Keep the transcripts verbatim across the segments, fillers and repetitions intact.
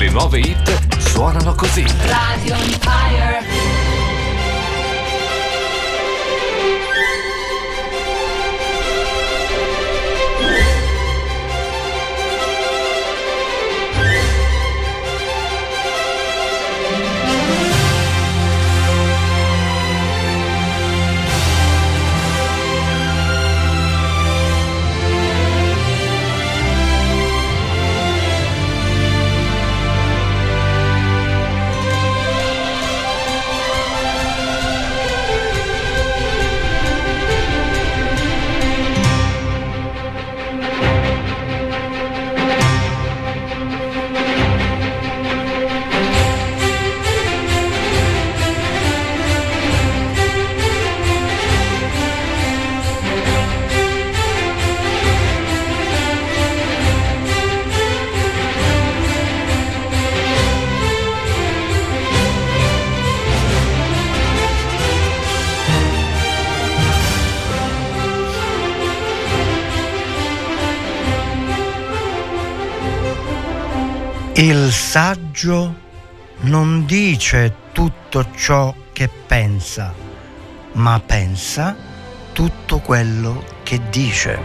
Le nuove hit suonano così. Radio Empire. Il saggio non dice tutto ciò che pensa, ma pensa tutto quello che dice.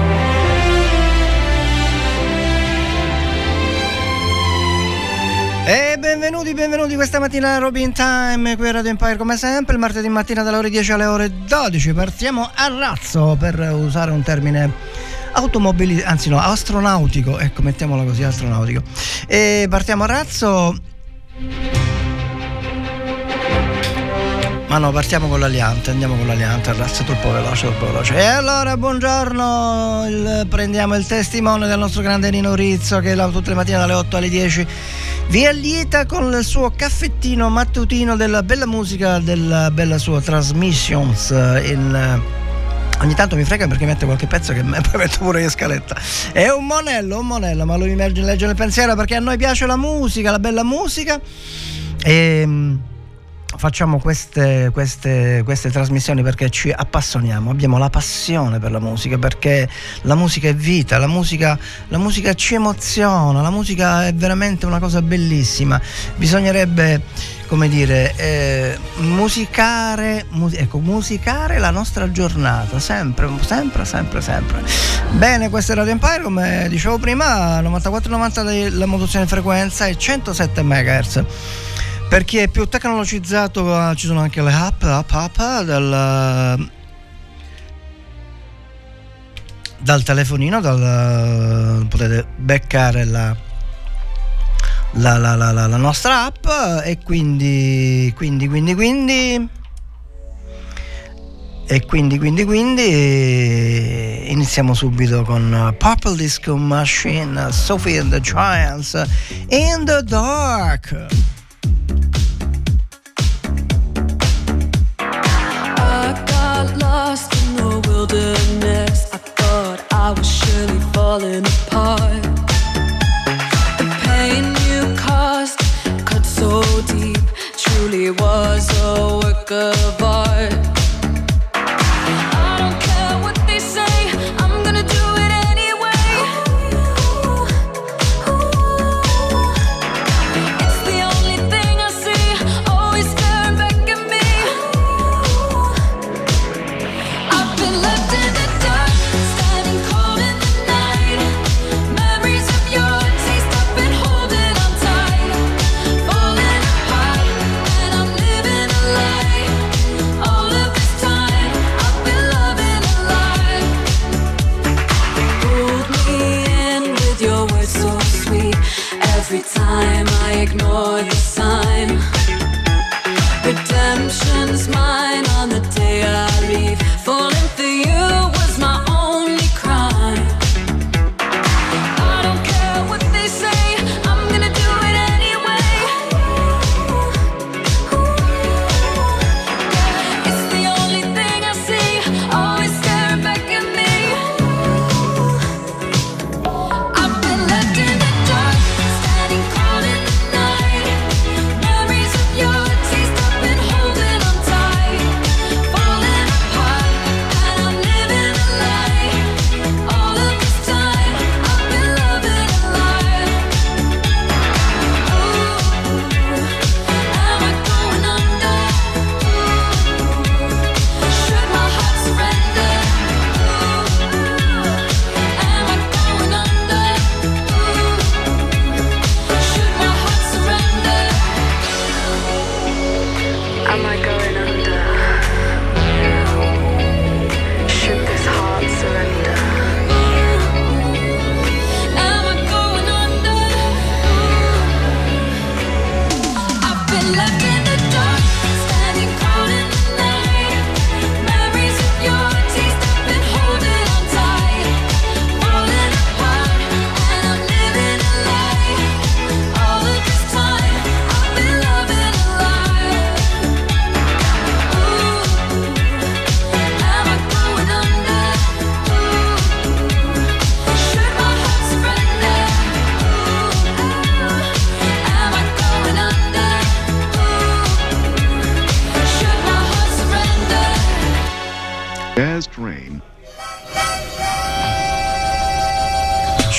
E benvenuti, benvenuti questa mattina a Robin Time qui a Radio Empire, come sempre il martedì mattina dalle ore dieci alle ore dodici. Partiamo a razzo, per usare un termine automobili, anzi no, astronautico, ecco, mettiamolo così, astronautico. E partiamo a razzo. Ma no, partiamo con l'Aliante, andiamo con l'Aliante, a razzo troppo veloce, troppo veloce. E allora, buongiorno, il, prendiamo il testimone del nostro grande Nino Rizzo, che la, tutte le mattine dalle otto alle dieci vi allieta con il suo caffettino mattutino della bella musica, della bella sua transmissions in... Ogni tanto mi frega perché mette qualche pezzo che poi metto pure in scaletta. È un monello, un monello, ma lui mi legge nel pensiero perché a noi piace la musica, la bella musica. E facciamo queste, queste, queste trasmissioni perché ci appassioniamo, abbiamo la passione per la musica, perché la musica è vita, la musica, la musica ci emoziona, la musica è veramente una cosa bellissima. Bisognerebbe, come dire, eh, musicare, mus- ecco, musicare la nostra giornata, sempre, sempre, sempre, sempre. Bene, questo è Radio Empire, come dicevo prima, novantaquattro novanta la modulazione di frequenza e centosette megahertz. Per chi è più tecnologizzato ci sono anche le app, app, app dal, dal telefonino, dal, potete beccare la La, la, la, la nostra app e quindi quindi quindi quindi e quindi quindi quindi iniziamo subito con Purple Disco Machine, Sophie and the Giants, In the Dark. I got lost in the wilderness. I thought I was surely falling apart. Caused, cut so deep, truly was a work of art. I don't care what they say, I'm gonna do it anyway. It's the only thing I see, always staring back at me. I've been left in the dark, standing cold in the night. Memories of your taste I've been holding. Every time I ignore the sign, redemption's mine on the day I leave. Falling for you was my only crime. I don't care what they say, I'm gonna do it anyway. It's the only thing I see, always staring back at me. I've been left in the dark, standing cold in the night.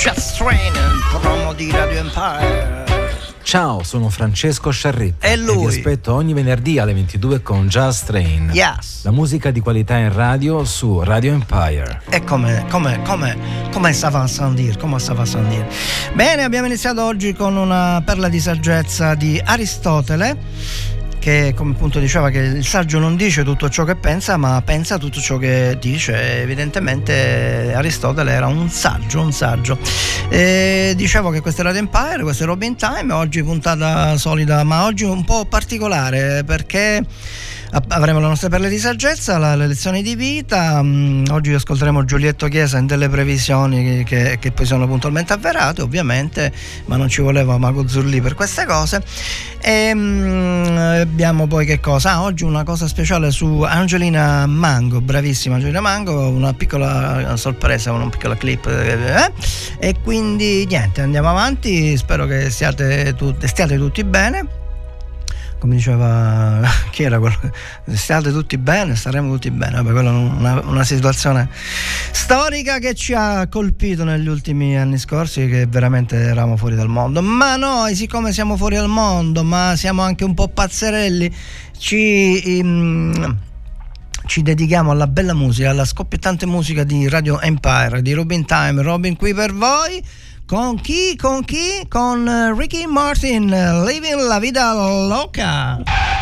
Just Train, il promo di Radio Empire. Ciao, sono Francesco Sciarretti e lui e vi aspetto ogni venerdì alle ventidue con Just Train. Yes. La musica di qualità in radio su Radio Empire. E come, come, come, come ça va a sans dire, come ça va a sans dire. Bene, abbiamo iniziato oggi con una perla di saggezza di Aristotele, che come appunto diceva che il saggio non dice tutto ciò che pensa, ma pensa tutto ciò che dice. Evidentemente Aristotele era un saggio, un saggio. E dicevo che questo è Radio Empire, questo è Robin Time, oggi puntata solida, ma oggi un po' particolare perché avremo le nostre perle di saggezza, la, le lezioni di vita. Oggi ascolteremo Giulietto Chiesa in delle previsioni che, che poi sono puntualmente avverate, ovviamente, ma non ci voleva Mago Zurli per queste cose. E um, abbiamo poi che cosa? Ah, oggi una cosa speciale su Angelina Mango, bravissima Angelina Mango, una piccola sorpresa, una piccola clip, eh? E quindi niente, andiamo avanti, spero che stiate, tu, stiate tutti bene. Come diceva, chi era quello? State tutti bene, staremo tutti bene. Vabbè, quella è una, una situazione storica che ci ha colpito negli ultimi anni scorsi, che veramente eravamo fuori dal mondo. Ma noi, siccome siamo fuori dal mondo, ma siamo anche un po' pazzerelli, ci... Um, ci dedichiamo alla bella musica, alla scoppiettante musica di Radio Empire, di Robin Time. Robin qui per voi. Con chi? Con chi? Con Ricky Martin, Living la Vida Loca.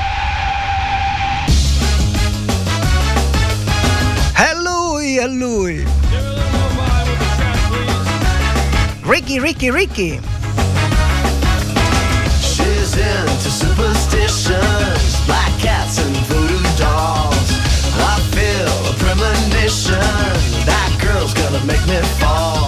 È lui, è lui. Ricky, Ricky, Ricky. She's into superstitions, black cats and voodoo dolls. I feel a premonition, that girl's gonna make me fall.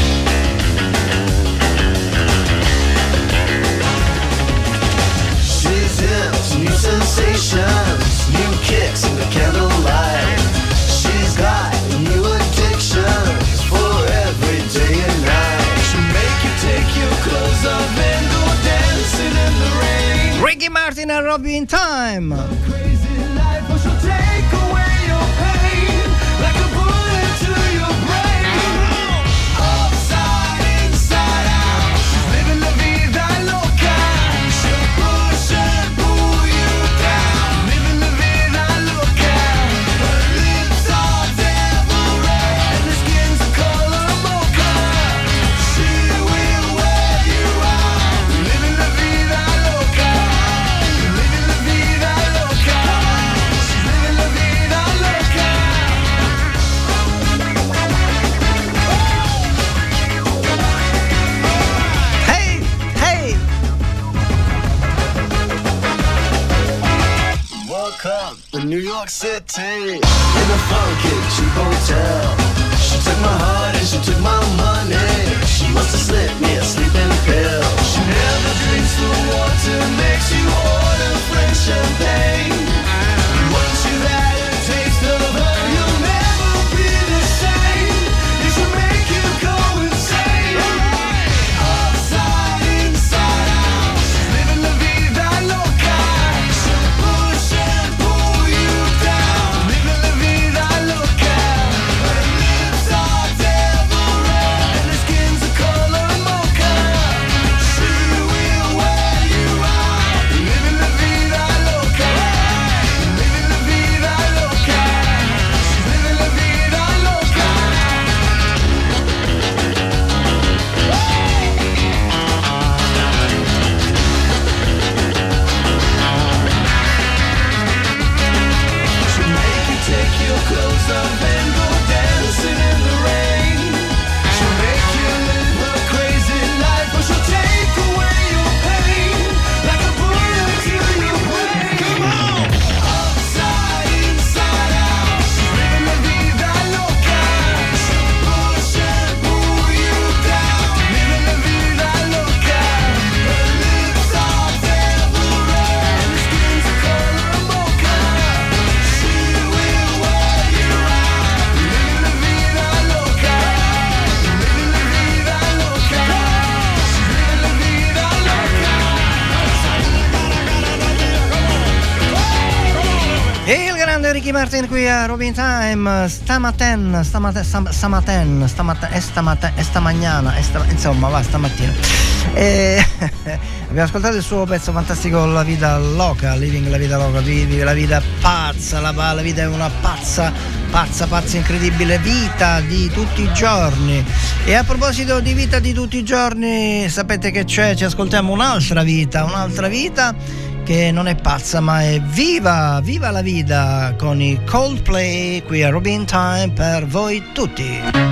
New sensations, new kicks in the candlelight. She's got new addictions for every day and night. She'll make you take your clothes off and go dancing in the rain. Ricky Martin and Robin Time. Crazy life, but she'll take away your pain like a bullet to your brain. Upside, inside out, she's living la vida loca. She'll push and pull you down, living la vida loca. Her lips are devil red and her skin's the color mocha. She will wear you out, living la vida loca, living la vida loca. She's living la vida loca. Hey, hey. Welcome to New York City, in a funky cheap hotel. She took my heart and she took my money. She must have slipped me a sleeping pill. She never drinks the water, makes you order French champagne. Once you've had a taste of her, you'll never be the same. It should make you go insane. Upside, inside out, she's living la vida loca. She'll push and pull you down, living la vida loca. Her lips are devil red and her skin's the color mocha. She will wear you out, living la vida loca. Ricky Martin qui a Robin Time. Stamaten, stamaten, stam- stamaten, stamaten, e stamaten, e stamagnana, e sta, insomma, va stamattina. E abbiamo ascoltato il suo pezzo fantastico, La vita loca, Living la vita loca, vivi la vita pazza, la, la vita è una pazza, pazza, pazza, incredibile vita di tutti i giorni. E a proposito di vita di tutti i giorni, sapete che c'è, ci ascoltiamo un'altra vita, un'altra vita che non è pazza ma è viva, viva la vita con i Coldplay qui a Robin Time per voi tutti.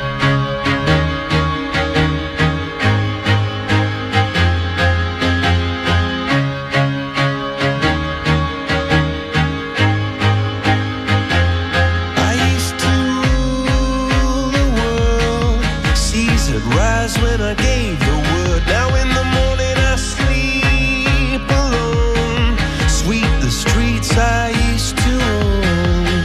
When I gave the word, now in the morning I sleep alone. Sweep the streets I used to own.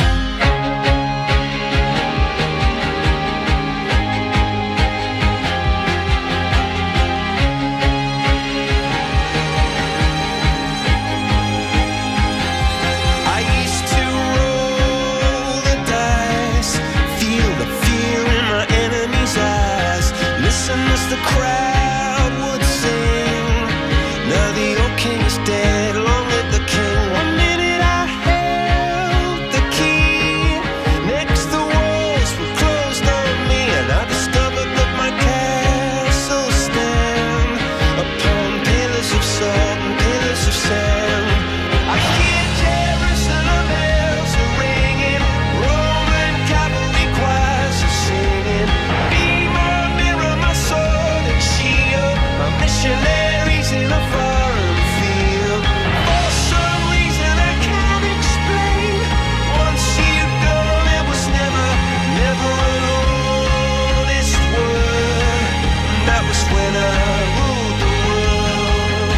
I used to roll the dice, feel the fear in my enemy's eyes. Listen as the crowd would sing. Now the old king is dead, long live the king. One minute I held the key, next the walls were closed on me, and I discovered that my castle stand upon pillars of salt and pillars of sand. I hear Jerusalem bells are ringing, Roman cavalry choirs are singing. Be my mirror, my sword and shield, my missionaries in a foreign field. For some reason I can't explain, once you've gone it was never, never an honest word. That was when I ruled the world.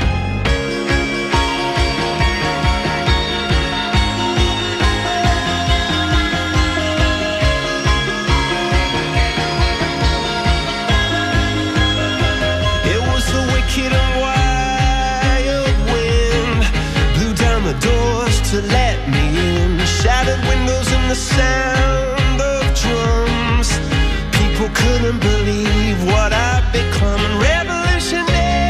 It was the wicked and wild wind, blew down the doors to let me in, shattered windows and the sound of drums. People couldn't believe what I'd become, and revolutionaries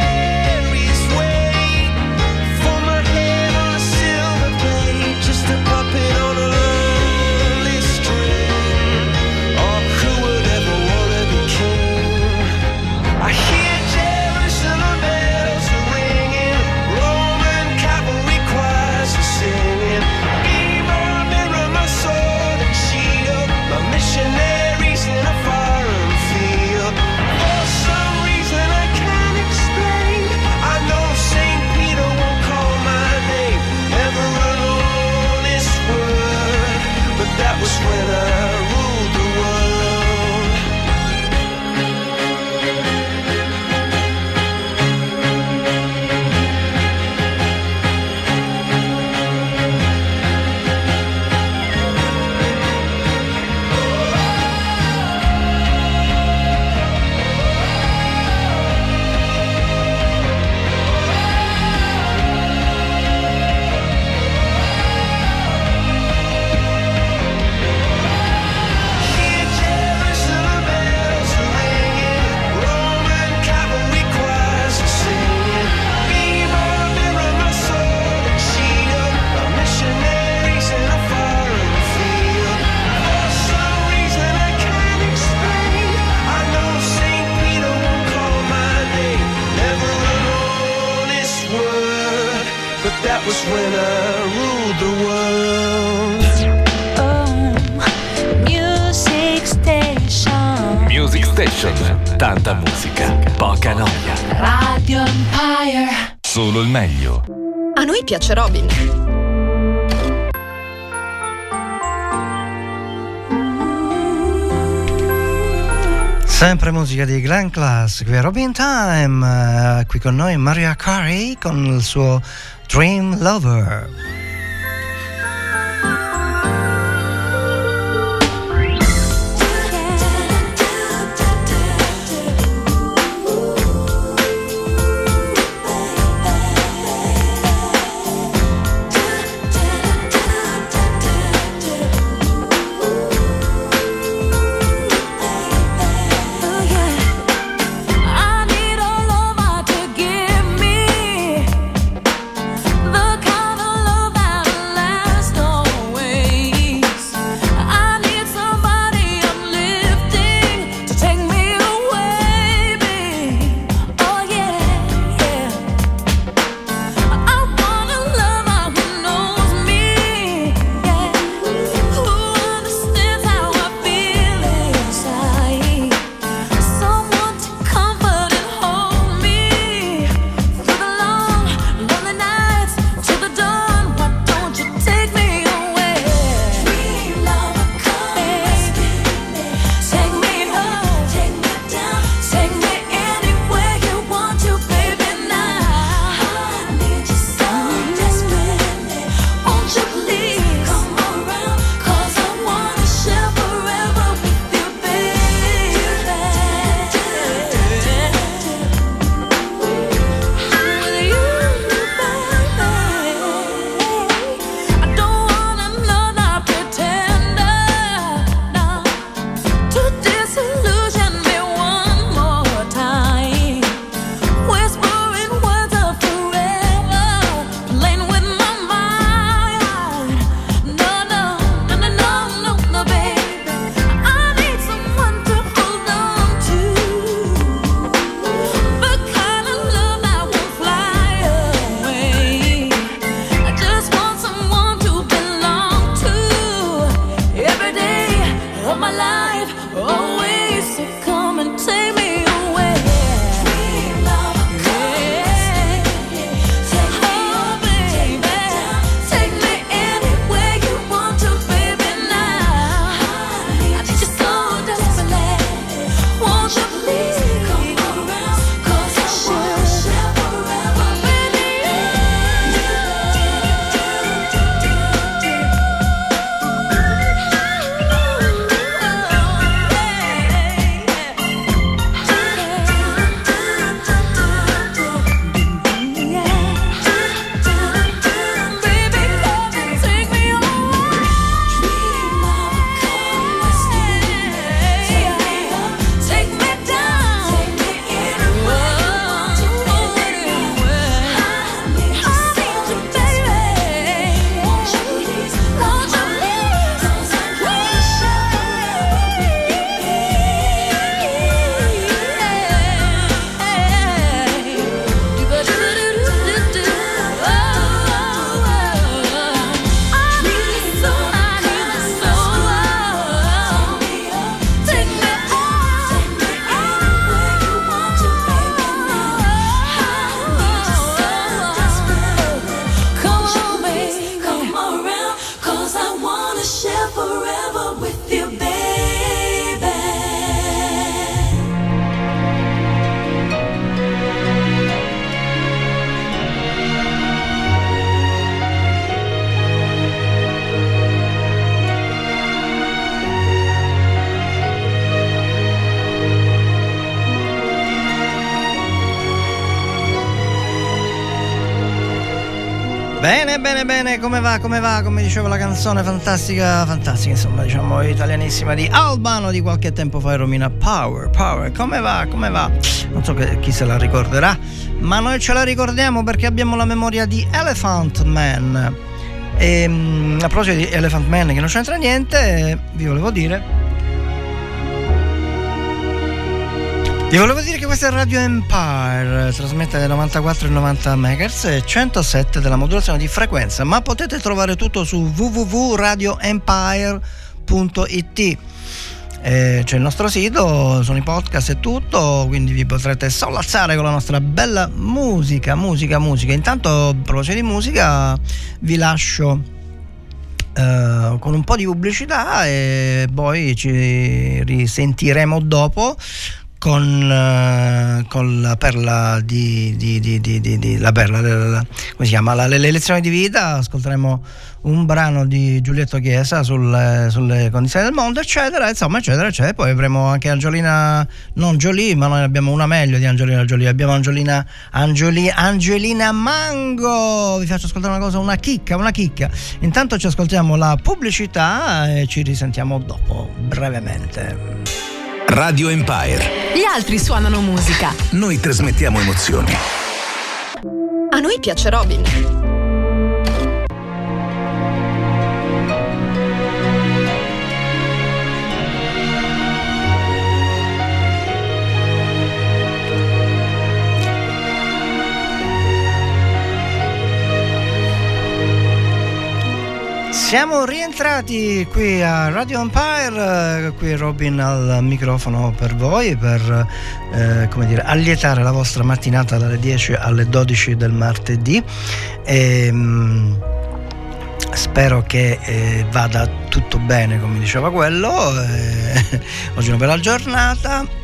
wait for my head on a silver plate, just a puppet on a lonely string. Oh, who would ever want to be king? I hear Jerusalem bells are ringing, Roman cavalry choirs are singing. Be my mirror, my sword and shield, my missionaries in a foreign field. For some reason I can't explain, I know Saint Peter won't call my name, never an honest word, but that was when I ruled the world. Hear Jerusalem bells are ringing, Roman cavalry choirs are singing. Be my mirror, my sword and shield, my missionaries in a foreign field. For some reason I can't explain, I know Saint Peter won't call my name, never an honest word, but that was when I ruled the world. Music Station. Music Station, tanta musica, poca noia. Radio Empire. Solo il meglio. A noi piace Robin. Sempre musica di Glenn Class, qui a Robin Time, eh, qui con noi Mariah Carey con il suo Dream Lover. Bene, bene, bene, come va, come va, come diceva la canzone fantastica, fantastica, insomma, diciamo, italianissima di Albano di qualche tempo fa, Romina, Power, Power, come va, come va? Non so che, chi se la ricorderà, ma noi ce la ricordiamo perché abbiamo la memoria di Elephant Man. E a proposito di Elephant Man, che non c'entra niente, vi volevo dire Vi volevo dire che questa è Radio Empire, trasmette dai novantaquattro e novanta megahertz e centosette della modulazione di frequenza, ma potete trovare tutto su w w w punto radio empire punto i t. Eh, c'è il nostro sito, sono i podcast e tutto, quindi vi potrete sollazzare con la nostra bella musica, musica, musica. Intanto, a proposito di musica, vi lascio Uh, con un po' di pubblicità e poi ci risentiremo dopo con, uh, con la perla di, di, di, di, di, di la perla, la, la, la, come si chiama? La, le, le lezioni di vita. Ascolteremo un brano di Giulietto Chiesa sul, sulle condizioni del mondo, eccetera, insomma, eccetera, eccetera. Poi avremo anche Angelina, non Jolie, ma noi abbiamo una meglio di Angelina Jolie, abbiamo Angelina, Angeli, Angelina Mango. Vi faccio ascoltare una cosa, una chicca, una chicca. Intanto ci ascoltiamo la pubblicità e ci risentiamo dopo, brevemente. Radio Empire. Gli altri suonano musica. Noi trasmettiamo emozioni. A noi piace Robin. Siamo rientrati qui a Radio Empire, qui Robin al microfono per voi, per eh, come dire, allietare la vostra mattinata dalle dieci alle dodici del martedì. E, mh, spero che eh, vada tutto bene, come diceva quello. Eh, oggi è una bella giornata.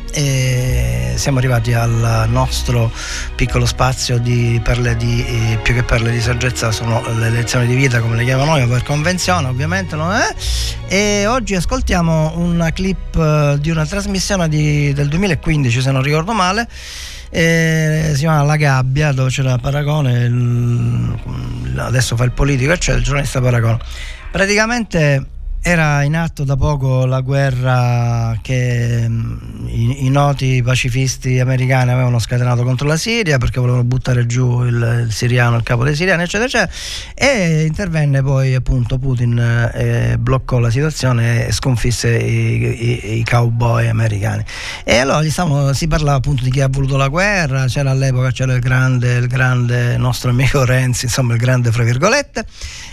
E siamo arrivati al nostro piccolo spazio di perle di eh, più che perle di saggezza, sono le lezioni di vita, come le chiamiamo noi, per convenzione ovviamente, non è? E oggi ascoltiamo una clip uh, di una trasmissione di, del duemilaquindici, se non ricordo male, eh, si chiama La Gabbia, dove c'era Paragone, il, adesso fa il politico e c'è il giornalista Paragone. Praticamente era in atto da poco la guerra che i, i noti pacifisti americani avevano scatenato contro la Siria, perché volevano buttare giù il, il siriano, il capo dei siriani, eccetera, eccetera, e intervenne poi appunto Putin, e bloccò la situazione e sconfisse i, i, i cowboy americani. E allora gli stavano, si parlava appunto di chi ha voluto la guerra, c'era all'epoca c'era il grande, il grande nostro amico Renzi, insomma il grande fra virgolette,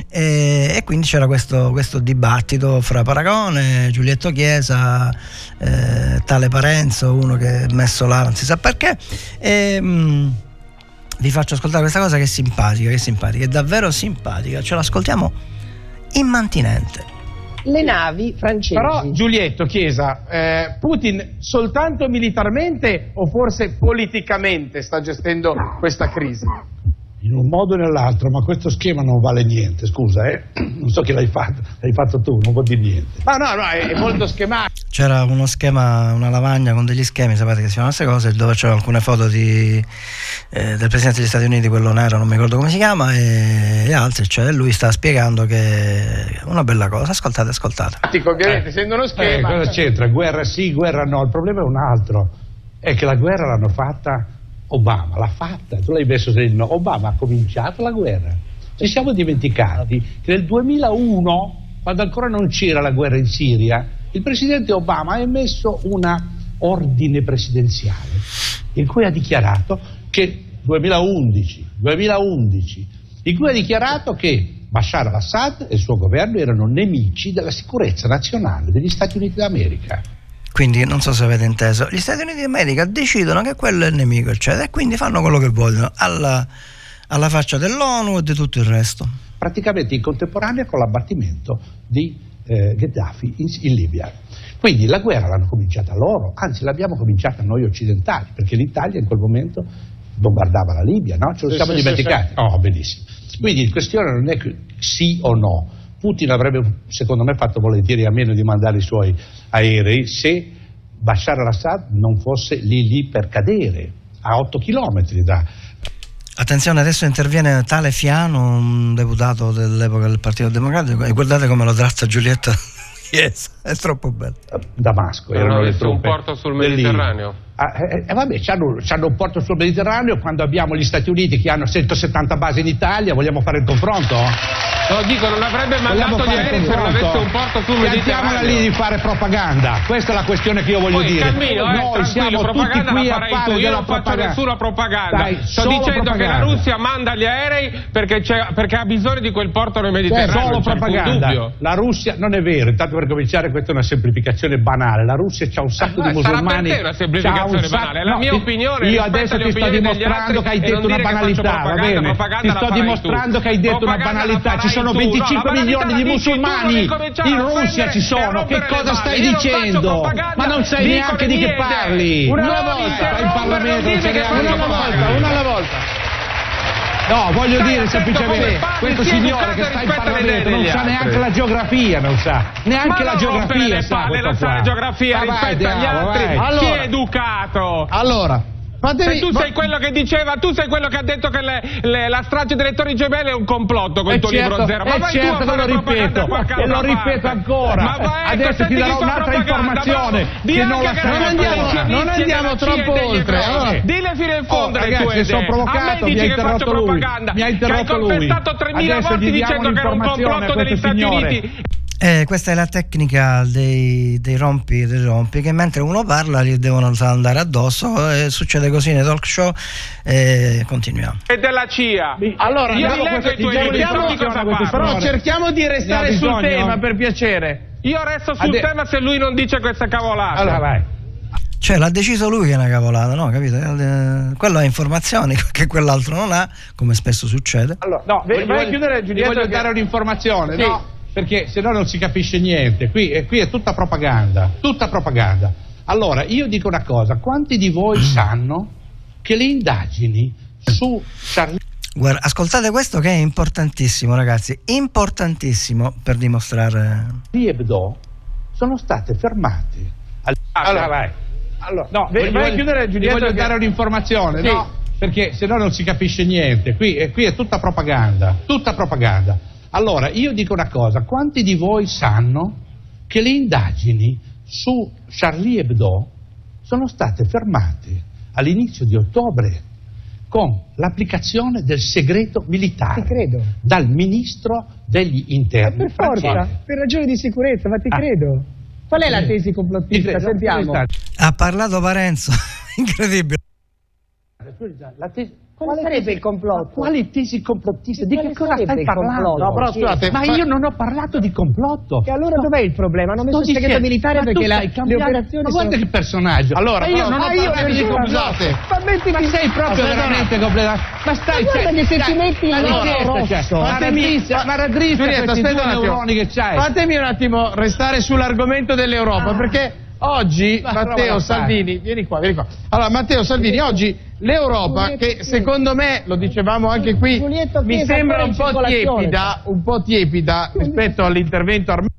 e, e quindi c'era questo, questo dibattito fra Paragone, Giulietto Chiesa, eh, tale Parenzo, uno che è messo là non si sa perché, e mh, vi faccio ascoltare questa cosa che è simpatica, che è simpatica, è davvero simpatica, ce l'ascoltiamo immantinente. Le navi francesi. Però Giulietto Chiesa, eh, Putin soltanto militarmente o forse politicamente sta gestendo questa crisi? In un modo o nell'altro, ma questo schema non vale niente, scusa, eh? Non so chi l'hai fatto, l'hai fatto tu, non vuol dire niente. Ma no, no, è, è molto schematico. C'era uno schema, una lavagna con degli schemi, sapete che si chiamano queste cose, dove c'erano alcune foto di, eh, del Presidente degli Stati Uniti, quello nero, non mi ricordo come si chiama, e, e altri, cioè lui sta spiegando che è una bella cosa, ascoltate, ascoltate. Ovviamente, essendo uno schema... Eh, cosa c'entra? Guerra sì, guerra no, il problema è un altro, è che la guerra l'hanno fatta Obama, l'ha fatta, tu l'hai messo nel no. Obama ha cominciato la guerra. Ci siamo dimenticati che nel duemilauno, quando ancora non c'era la guerra in Siria, il presidente Obama ha emesso una ordine presidenziale in cui ha dichiarato che duemilaundici, duemilaundici, in cui ha dichiarato che Bashar al-Assad e il suo governo erano nemici della sicurezza nazionale degli Stati Uniti d'America. Quindi non so se avete inteso, gli Stati Uniti d'America decidono che quello è il nemico, eccetera, e quindi fanno quello che vogliono alla, alla faccia dell'ONU e di tutto il resto. Praticamente in contemporanea con l'abbattimento di eh, Gheddafi in, in Libia. Quindi la guerra l'hanno cominciata loro, anzi l'abbiamo cominciata noi occidentali, perché l'Italia in quel momento bombardava la Libia, no? Ce lo siamo sì, dimenticati. Sì, sì. Oh, benissimo. Quindi la questione non è che sì o no. Putin avrebbe, secondo me, fatto volentieri a meno di mandare i suoi aerei se Bashar al-Assad non fosse lì lì per cadere, a otto chilometri da... Attenzione, adesso interviene tale Fiano, un deputato dell'epoca del Partito Democratico, e guardate come lo tratta Giulietta Chiesa, è troppo bello. Damasco, non erano le avesse un truppe porto sul Mediterraneo. Ah, eh, eh, vabbè, c'hanno, c'hanno un porto sul Mediterraneo, quando abbiamo gli Stati Uniti che hanno centosettanta basi in Italia, vogliamo fare il confronto? No, dico, non avrebbe Vogliamo mandato gli fare il aerei se non confronto? avesse un porto sul Piantiamola Mediterraneo. lì di fare propaganda, questa è la questione che io voglio Poi, dire. Cammino, eh, Noi siamo tutti propaganda qui la a farai fare tu, io della non faccio propaganda. nessuna propaganda. Dai, Sto solo dicendo propaganda. che la Russia manda gli aerei perché, c'è, perché ha bisogno di quel porto nel Mediterraneo. Cioè, solo non c'è alcun propaganda. dubbio. La Russia non è vero, intanto per cominciare questa è una semplificazione banale. La Russia c'ha un sacco Eh, di sarà musulmani. per te una semplificazione c'ha un sacco- banale, è la no, mia ti- opinione Io rispetto adesso alle ti sto opinioni degli dimostrando altri che hai e detto non una dire che faccio banalità, va propaganda, bene? propaganda Ti la sto farai dimostrando tu. che hai detto una Propaganda la banalità. Ci farai sono tu. No, venticinque la milioni di banalità la dici tu, musulmani non cominciare in a Russia offendere ci e sono. Che rompere le cosa balle. stai Io non faccio dicendo? propaganda, Ma non sai dico neanche le di che mie idee. parli. Una No, alla volta. in Rompere, Parlamento non non dire c'è che neanche faccio da propaganda. fare. Una alla volta. No, voglio Stai dire attento semplicemente, come parli, questo sii signore educato che sta in rispetto alle Parlamento idee non degli sa altri. neanche la geografia, non sa. Neanche Ma la non rompere geografia le sa palle, questo non sa qua. la geografia Ma vai, rispetto agli andiamo, altri. vai. Chi Allora. è educato? Allora, fatevi, Se tu sei quello che diceva, tu sei quello che ha detto che le, le, la strage delle Torri Gemelle è un complotto con il Eh tuo certo, libro zero. Ma eh vai certo tu a che fare lo propaganda ripeto, a qualche e lo altra ripeto parte. ancora. Ma vai, ecco, Adesso senti ti darò chi fa un'altra propaganda, informazione bravo. Di che non anche la che sai. non Non andiamo- andiamo, non andiamo troppo oltre, allora. Dille fino in fondo Oh, le ragazzi, tue idee. sono provocato, A me mi dici ha che faccio interrotto lui. propaganda. Mi ha interrotto che hai lui. confessato tremila Adesso volte gli diamo dicendo che era un un'informazione a complotto degli questo Stati signore. Uniti. Eh, questa è la tecnica dei, dei rompi e dei rompi, che mentre uno parla gli devono andare addosso, e succede così nei talk show. E continuiamo. E della C I A. Allora, io andiamo li leggo questo- i tuoi diciamo- libri, andiamo- però di cosa parli? però cerchiamo di restare Ne ha sul bisogno? tema, per piacere. Io resto sul Ade- tema se lui non dice queste cavolate. Allora vai. Cioè l'ha deciso lui che è una cavolata, no? Capito? Eh, Quello ha informazioni che quell'altro non ha, come spesso succede. Allora, no, Vai- voglio- vai a voglio- chiudere, vi Giulietto, voglio che- dare un'informazione, Sì. no? Perché se no non si capisce niente. Qui, eh, qui è tutta propaganda, tutta propaganda. Allora, io dico una cosa, quanti di voi sanno che le indagini su Charlie Guarda, ascoltate questo che è importantissimo, ragazzi, importantissimo per dimostrare. Hebdo sono state fermate? Allora, vai. Allora, no, Vai- voglio- vai a voglio- chiudere, vi Giulietto, voglio che- dare un'informazione, Sì. no? Perché se no non si capisce niente. Qui, eh, qui è tutta propaganda, tutta propaganda. Allora, io dico una cosa, quanti di voi sanno che le indagini su Charlie Hebdo sono state fermate all'inizio di ottobre con l'applicazione del segreto militare Ti credo. dal ministro degli interni Per forza, francese. per ragioni di sicurezza, ma ti Ah. credo. Qual è la Sì. tesi Ti complottista? credo, Sentiamo. questa- Ha parlato Parenzo, incredibile. La tesi- Quale sarebbe il complotto? Quale tesi complottista? Di Quale che cosa sarebbe stai il parlando? complotto? No, però Sì. scusate, Ma fa- io non ho parlato di complotto. E allora No. dov'è il problema? Hanno messo Sto il segreto dicendo- militare ma tu perché la- stai le cambiando- operazioni Ma guarda sono... che personaggio. Allora, ma io però- non ho Ah, io parlato di addirittura- complotto. Ma mettiti- Ma sei proprio Aspetta, veramente no. completamente. Ma stai Ma guarda cioè, che se dai, ci metti il ma nero di testa, cioè, rosso. ma Fatemi- raddrizza, ma raddrizza Giulietto, questi aspetta due un attimo. neuroni che c'hai. Fatemi un attimo restare sull'argomento dell'Europa, Ah. perché oggi Ma prova Matteo a fare. Salvini, vieni qua, vieni qua. Allora, Matteo Salvini, oggi l'Europa, Giulietto, che sì. secondo me, lo dicevamo anche qui, Giulietto, mi Chiesa sembra ancora un in po' circolazione. tiepida, un po' tiepida rispetto all'intervento armato.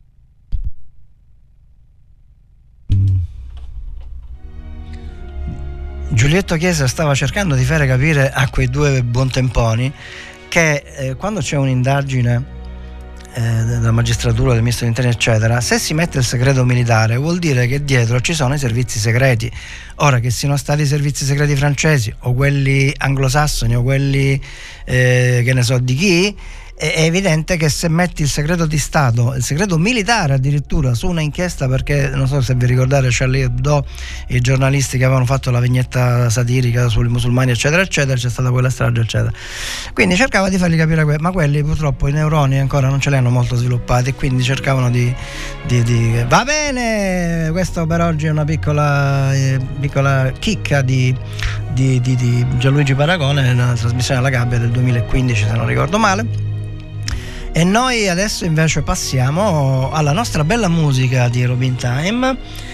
Giulietto Chiesa stava cercando di fare capire a quei due buontemponi che eh, quando c'è un'indagine eh, della magistratura, del ministro dell'interno eccetera, se si mette il segreto militare vuol dire che dietro ci sono i servizi segreti. Ora, che siano stati i servizi segreti francesi o quelli anglosassoni o quelli eh, che ne so di chi, è è evidente che se metti il segreto di Stato, il segreto militare addirittura, su una inchiesta, perché non so se vi ricordate Charlie Hebdo, i giornalisti che avevano fatto la vignetta satirica sui musulmani eccetera eccetera, c'è stata quella strage eccetera, quindi cercava di fargli capire que- ma quelli purtroppo i neuroni ancora non ce li hanno molto sviluppati, quindi cercavano di, di, di... va bene, questo per oggi è una piccola eh, piccola chicca di, di, di, di Gianluigi Paragone, una trasmissione alla gabbia del duemilaquindici se non ricordo male. E noi adesso invece passiamo alla nostra bella musica di Robin Time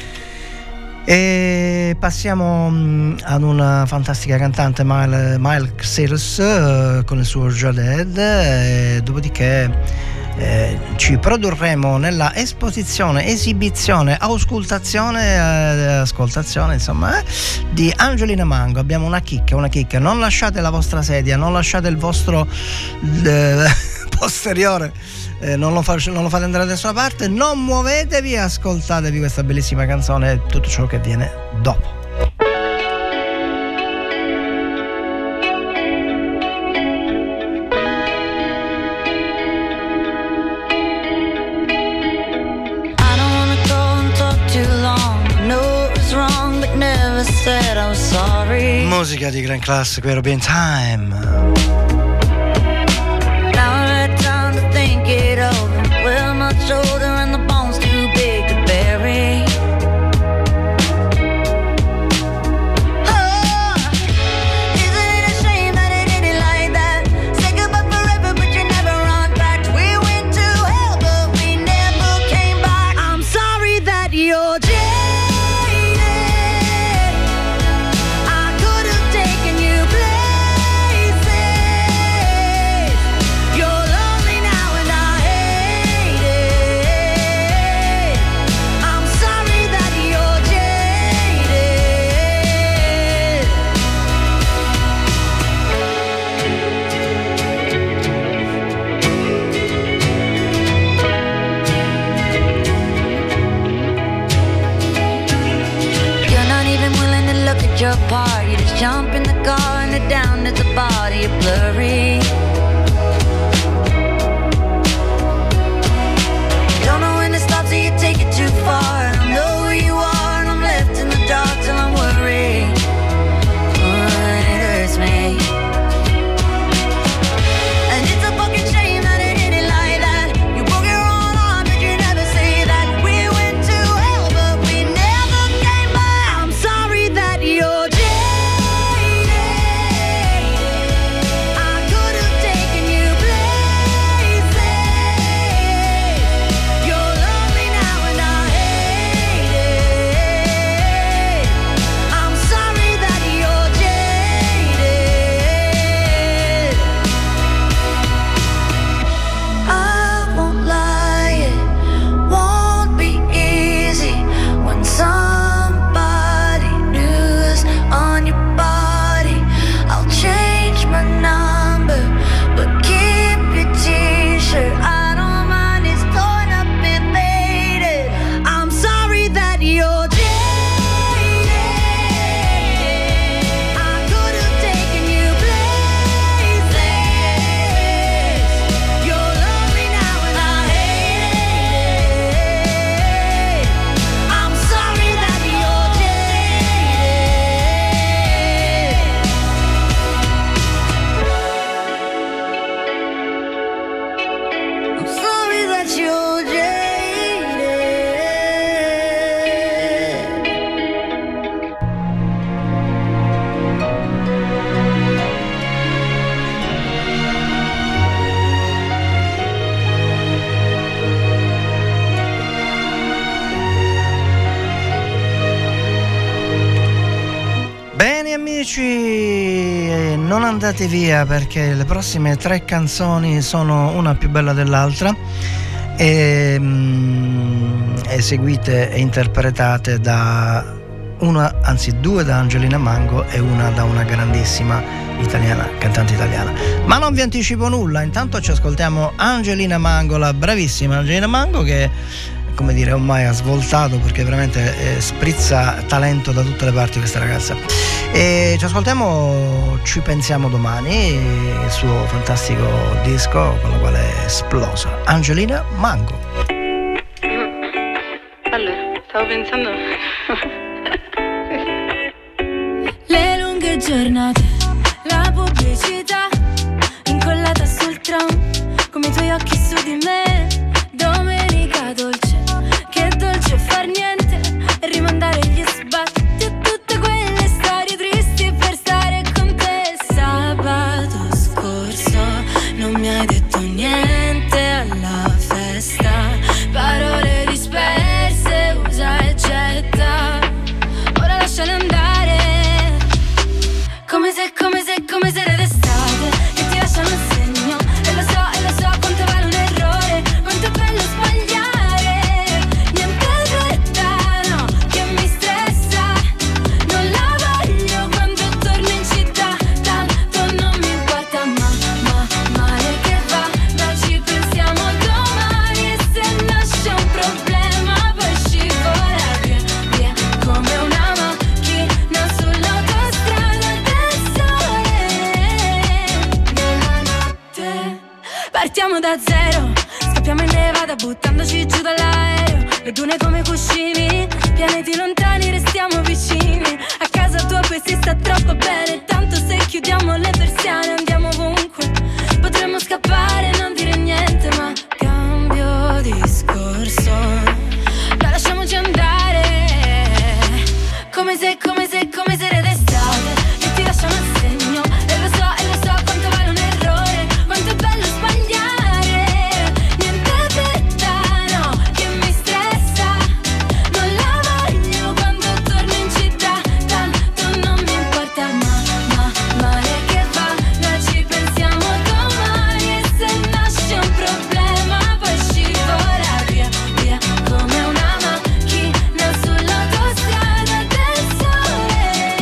e passiamo mh, ad una fantastica cantante, Miley Cyrus, eh, con il suo Jaded, e dopodiché eh, ci produrremo nella esposizione, esibizione, auscultazione, eh, ascoltazione, insomma, eh, di Angelina Mango. Abbiamo una chicca, una chicca. Non lasciate la vostra sedia, non lasciate il vostro eh, posteriore, eh, non, lo fa, non lo fate andare da nessuna parte, non muovetevi, ascoltatevi questa bellissima canzone e tutto ciò che viene dopo. Said I was sorry. Musica di gran classe, qui Robin Time. Now I had time to think it over. Well, much older and the bones too big to bury. Oh, isn't it a shame that it ended like that? Say goodbye forever, but you never run back. We went to hell, but we never came back. I'm sorry that you're dead. Your part, you just jump in the car and it down at the body, you're blurry. Don't know when to stop, so you take it too far. I don't know where you are, and I'm left in the dark till I'm worried. Oh, it hurts me. And it's a fucking shame that it ended like that. You broke your own arm, but you never say that. We went to hell, but we never came back. I'm sorry that you're non andate via perché le prossime tre canzoni sono una più bella dell'altra e, mm, eseguite e interpretate da una, anzi due da Angelina Mango e una da una grandissima italiana, cantante italiana. Ma non vi anticipo nulla, intanto ci ascoltiamo Angelina Mango, la bravissima Angelina Mango che, come dire, ormai ha svoltato perché veramente eh, sprizza talento da tutte le parti questa ragazza. E ci ascoltiamo Ci pensiamo domani, il suo fantastico disco con il quale è esplosa. Angelina Mango. Allora, stavo pensando le lunghe giornate, la pubblicità incollata sul tram, come i tuoi occhi su di me. Domenica dolce, che dolce far niente e rimandare gli sbatti a tutte quelle storie tristi per stare con te. Sabato scorso non mi hai detto niente alla festa, parole disperse, usa e getta. Ora lasciale andare, come se, come se, come se era d'estate, che ti lasciano un segno. E lo so, e lo so quanto vale un errore, partiamo da zero. Scappiamo in Nevada buttandoci giù dall'aereo. Le dune come cuscini, pianeti lontani restiamo vicini. A casa tua poi si sta troppo bene, tanto se chiudiamo le persiane andiamo ovunque. Potremmo scappare e non dire niente, ma cambio discorso. Dai, lasciamoci andare. Come se, come se, come se era d'estate e ti lasciano il segno. E lo so, e lo so quanto vale un errore, quanto è bello sbagliare. Niente fretta, no, che mi stressa. Non la voglio quando torno in città, tanto non mi importa. Ma, ma, male che va, noi ci pensiamo domani. E se nasce un problema poi scivola via, via come una macchina sull'autostrada del sole.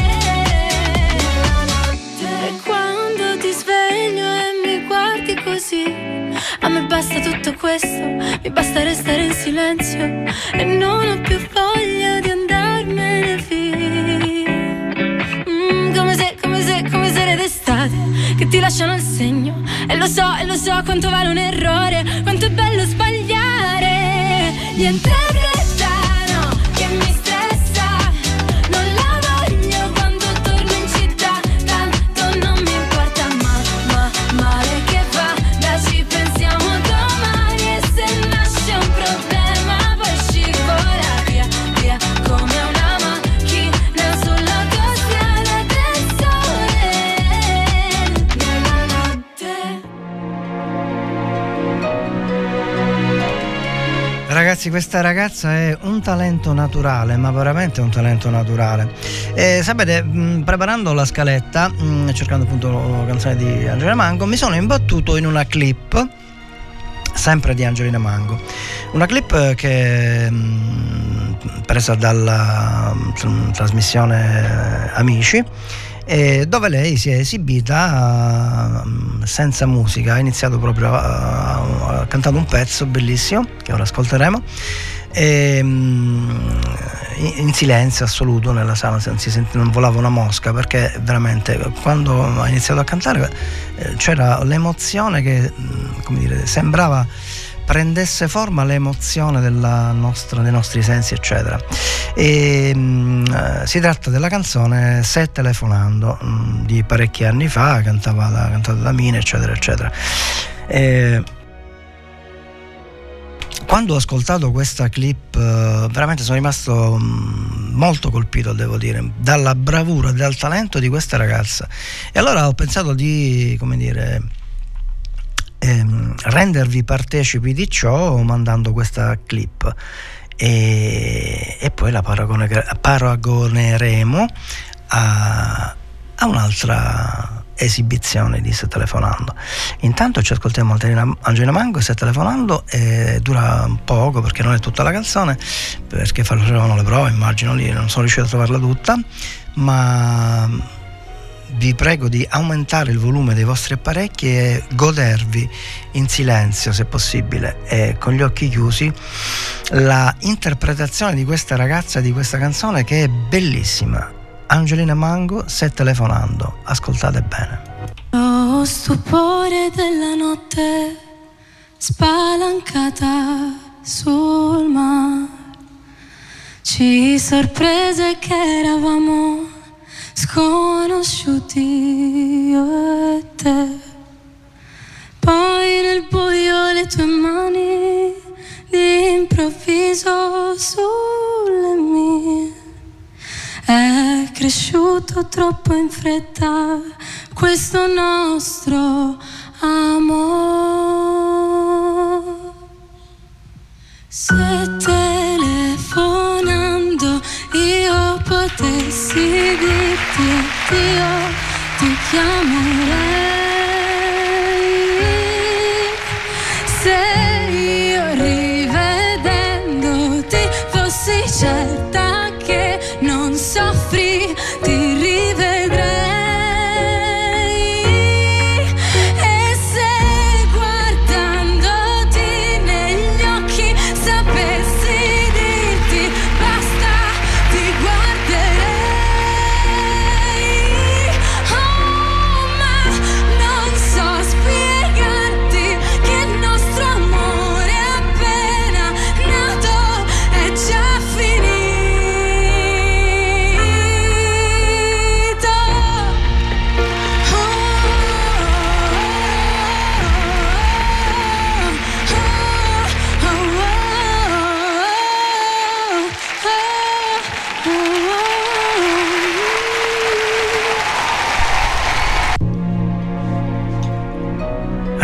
E quando ti sveglio e mi guardi così, a me basta tutto questo, mi basta restare in silenzio e non ho più voglia di andarmene via. Mm, come se, come se, come se era d'estate che ti lasciano il segno. E lo so, e lo so quanto vale un errore, quanto è bello sbagliare. Niente fretta, no, che mi stressa. Non la voglio quando torno in città, tanto non mi importa. Ma, ma, male che va, dai ci pensiamo domani. E se nasce un problema poi scivola via, via come una macchina sull'autostrada del sole. Nella notte. Ragazzi, questa ragazza è un talento naturale, ma veramente un talento naturale. E sapete, mh, preparando la scaletta, mh, cercando appunto la canzone di Angelina Mango, mi sono imbattuto in una clip sempre di Angelina Mango. Una clip che mh, presa dalla mh, trasmissione Amici, eh, dove lei si è esibita uh, senza musica. Ha iniziato proprio a, a, a cantare un pezzo bellissimo che ora ascolteremo, e, um, in, in silenzio assoluto nella sala, non si sente, non volava una mosca, perché veramente quando ha iniziato a cantare eh, c'era l'emozione che, come dire, sembrava prendesse forma l'emozione della nostra, dei nostri sensi, eccetera. E mh, si tratta della canzone Se telefonando, mh, di parecchi anni fa, cantava da, cantata da Mina, eccetera, eccetera. E quando ho ascoltato questa clip uh, veramente sono rimasto mh, molto colpito, devo dire, dalla bravura e dal talento di questa ragazza. E allora ho pensato di, come dire, ehm, rendervi partecipi di ciò mandando questa clip, e, e poi la paragone, paragoneremo a, a un'altra esibizione di Se telefonando. Intanto ci ascoltiamo Angelina Mango, Se telefonando, e dura poco perché non è tutta la canzone, perché facevano le prove, immagino, lì non sono riuscito a trovarla tutta, ma vi prego di aumentare il volume dei vostri apparecchi e godervi in silenzio, se possibile, e con gli occhi chiusi, la interpretazione di questa ragazza, di questa canzone, che è bellissima. Angelina Mango, Se telefonando. Ascoltate bene. Lo stupore della notte spalancata sul mare ci sorprese che eravamo sconosciuti io e te. Poi nel buio le tue mani d'improvviso sulle mie. È cresciuto troppo in fretta questo nostro amore. Se telefonando io potessi dirti addio, ti chiamerei. Se io rivedendoti fossi certa che non soffri, ti rivedrei. E se guardandoti negli occhi sapessi dirti basta, ti guarderei. Oh, ma non so spiegarti che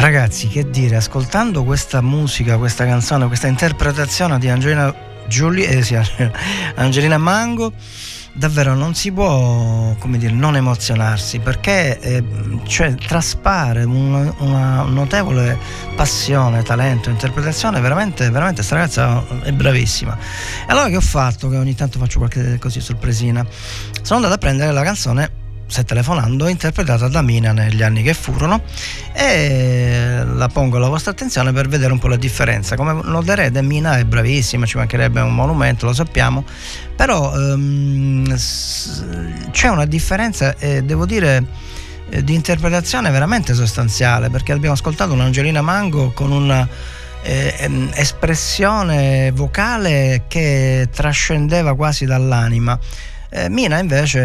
Ragazzi, che dire, ascoltando questa musica, questa canzone, questa interpretazione di Angelina Jolie, eh, sì, Angelina Mango, davvero non si può, come dire, non emozionarsi, perché eh, cioè, traspare un, una notevole passione, talento, interpretazione. Veramente, veramente sta ragazza è bravissima. E allora che ho fatto? Che ogni tanto faccio qualche così sorpresina. Sono andato a prendere la canzone Se telefonando, interpretata da Mina negli anni che furono, e la pongo alla vostra attenzione per vedere un po' la differenza. Come noterete, Mina è bravissima, ci mancherebbe un monumento, lo sappiamo, però um, c'è una differenza, e devo dire, eh, di interpretazione veramente sostanziale, perché abbiamo ascoltato un'Angelina Mango con una eh, espressione vocale che trascendeva quasi dall'anima. Eh, Mina invece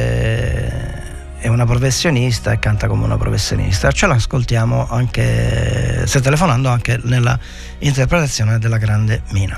è una professionista e canta come una professionista. Ce l'ascoltiamo anche, Se telefonando, anche nella interpretazione della grande Mina.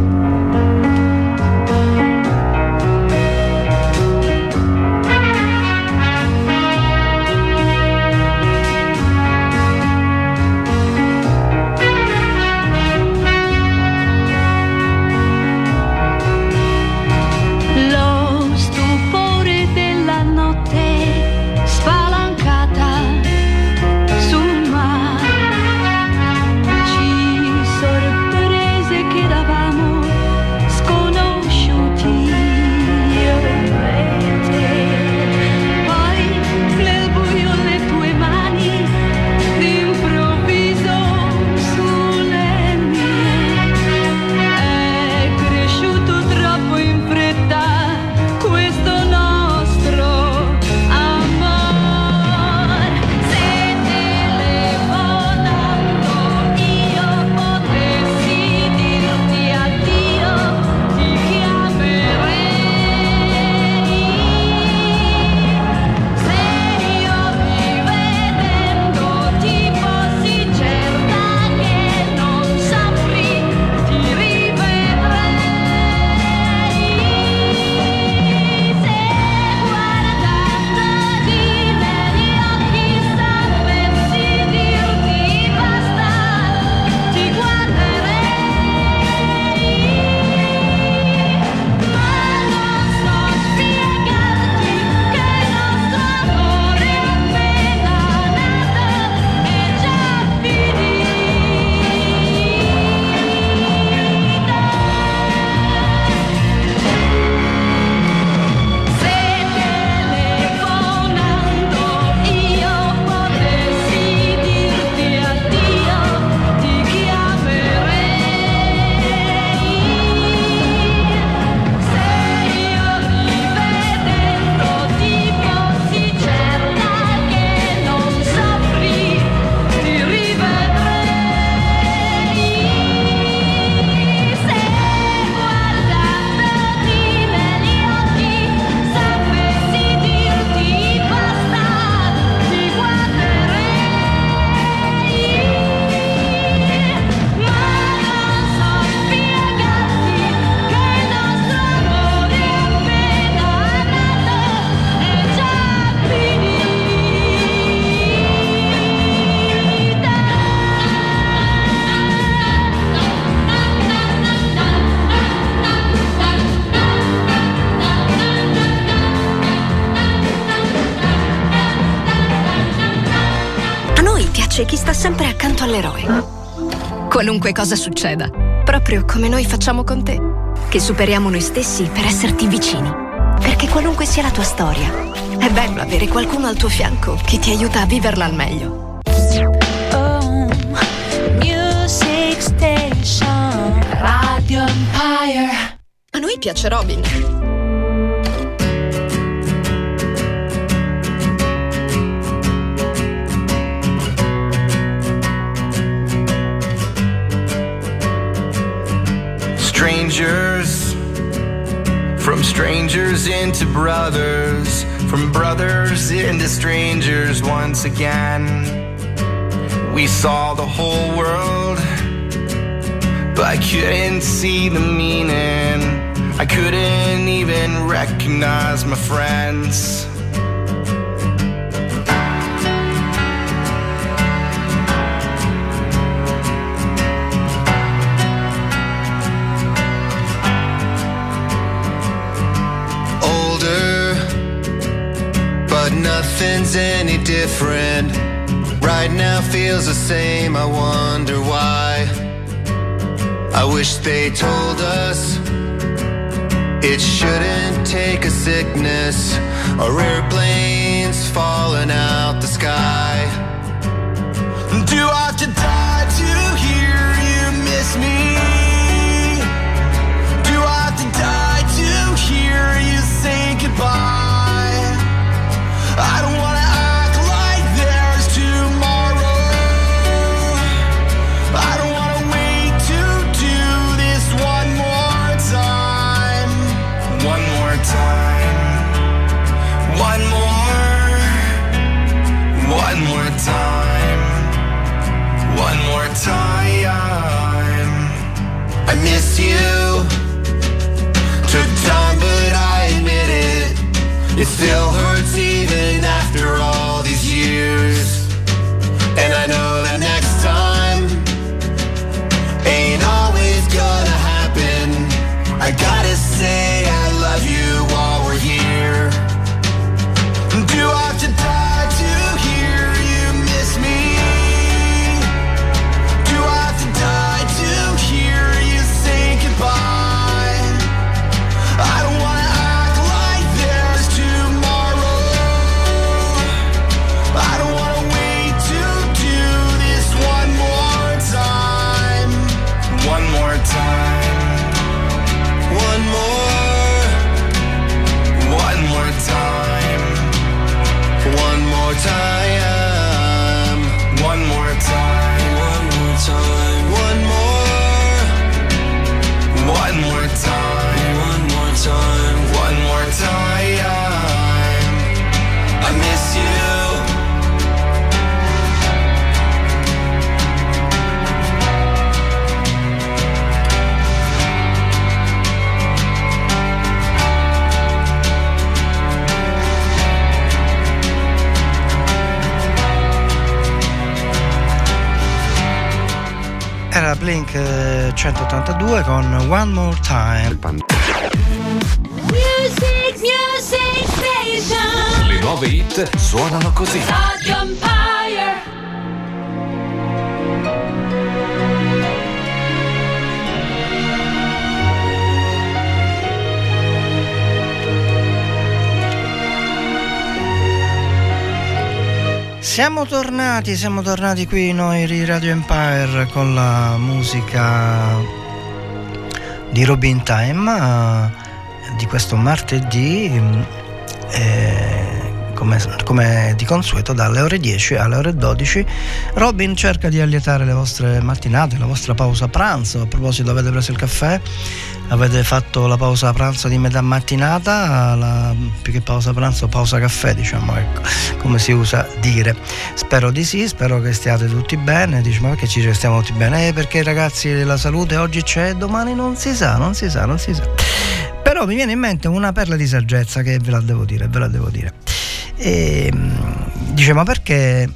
Chi sta sempre accanto all'eroe. Qualunque cosa succeda. Proprio come noi facciamo con te. Che superiamo noi stessi per esserti vicini. Perché qualunque sia la tua storia, è bello avere qualcuno al tuo fianco che ti aiuta a viverla al meglio. Oh, Music Station Radio Empire. A noi piace Robin. Strangers, from strangers into brothers, from brothers into strangers once again. We saw the whole world, but I couldn't see the meaning. I couldn't even recognize my friends. nothing's any different. Right now feels the same, I wonder why. I wish they told us it shouldn't take a sickness or airplanes falling out the sky. Do I have to die to hear you miss me? Do I have to die to hear you say goodbye? I don't wanna act like there's tomorrow. I don't wanna wait to do this one more time. One more time. One more. One more time. One more time. I miss you. Took time, but I admit it. It still hurts even after all these years. And I know that next time ain't always gonna happen. I gotta say I love you while we're here. Do I have to die to hear you miss me? Do I have to die to hear you say goodbye? I don't wanna act like there's tomorrow. I don't wanna wait to do this one more time. One more time. One more. One more time. One more time. One more time. One more time. One more. One more time. One more time. One more time. I miss you. Era Blink eh, centottantadue con One More Time. Music, music station. Le nuove hit suonano così. Radio Empire. Siamo tornati, siamo tornati qui noi di Radio Empire con la musica di Robin Time eh, di questo martedì, eh, come, come di consueto dalle ore dieci alle ore dodici. Robin cerca di allietare le vostre mattinate, la vostra pausa pranzo. A proposito, avete preso il caffè? Avete fatto la pausa pranzo di metà mattinata? La, più che pausa pranzo, pausa caffè, diciamo, ecco, come si usa dire. Spero di sì, spero che stiate tutti bene. Dici, ma perché ci stiamo tutti bene? Eh, perché ragazzi, la salute oggi c'è, domani non si sa, non si sa, non si sa. Però mi viene in mente una perla di saggezza che ve la devo dire, ve la devo dire. E, dice, ma perché...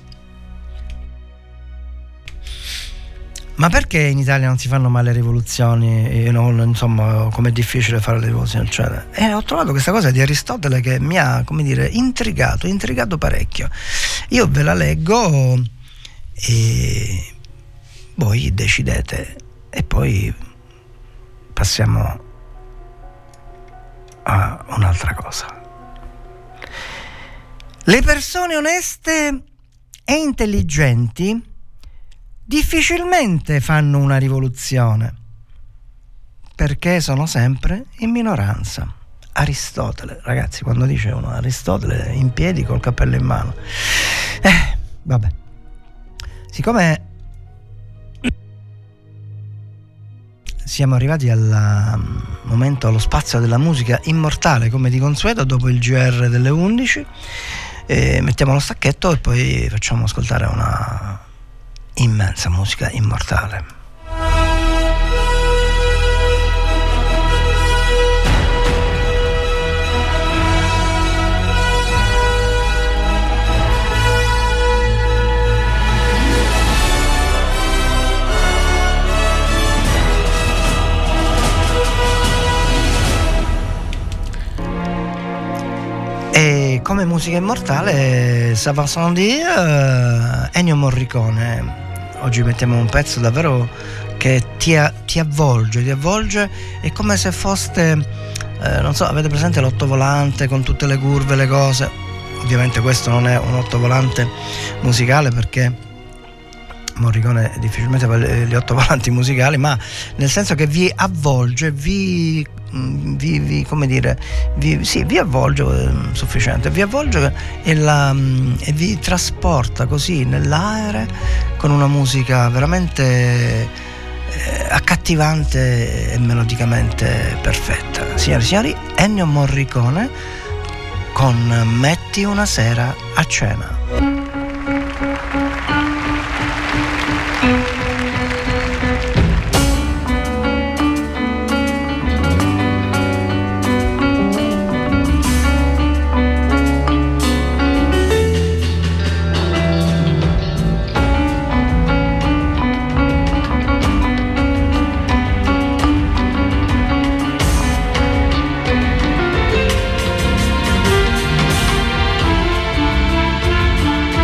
Ma perché in Italia non si fanno mai le rivoluzioni? E non, insomma, com'è difficile fare le rivoluzioni, eccetera. E ho trovato questa cosa di Aristotele che mi ha, come dire, intrigato, intrigato parecchio. Io ve la leggo e voi decidete e poi passiamo a un'altra cosa. Le persone oneste e intelligenti difficilmente fanno una rivoluzione perché sono sempre in minoranza. Aristotele, ragazzi, quando dice uno Aristotele in piedi col cappello in mano, eh, vabbè, siccome siamo arrivati al momento, allo spazio della musica immortale, come di consueto, dopo il G R delle undici, eh, mettiamo lo stacchetto e poi facciamo ascoltare una immensa musica immortale. E come musica immortale, ça va sans dire, Ennio Morricone. Oggi mettiamo un pezzo davvero che ti, a, ti avvolge, ti avvolge, è come se foste, eh, non so, avete presente l'ottovolante con tutte le curve, le cose? Ovviamente questo non è un ottovolante musicale, perché Morricone difficilmente fa gli ottovolanti musicali, ma nel senso che vi avvolge, vi, vi, vi come dire, vi, sì, vi avvolge, eh, sufficiente, vi avvolge e, la, e vi trasporta così nell'aere con una musica veramente eh, accattivante e melodicamente perfetta. Signore e signori, Ennio Morricone con Metti una sera a cena. Thank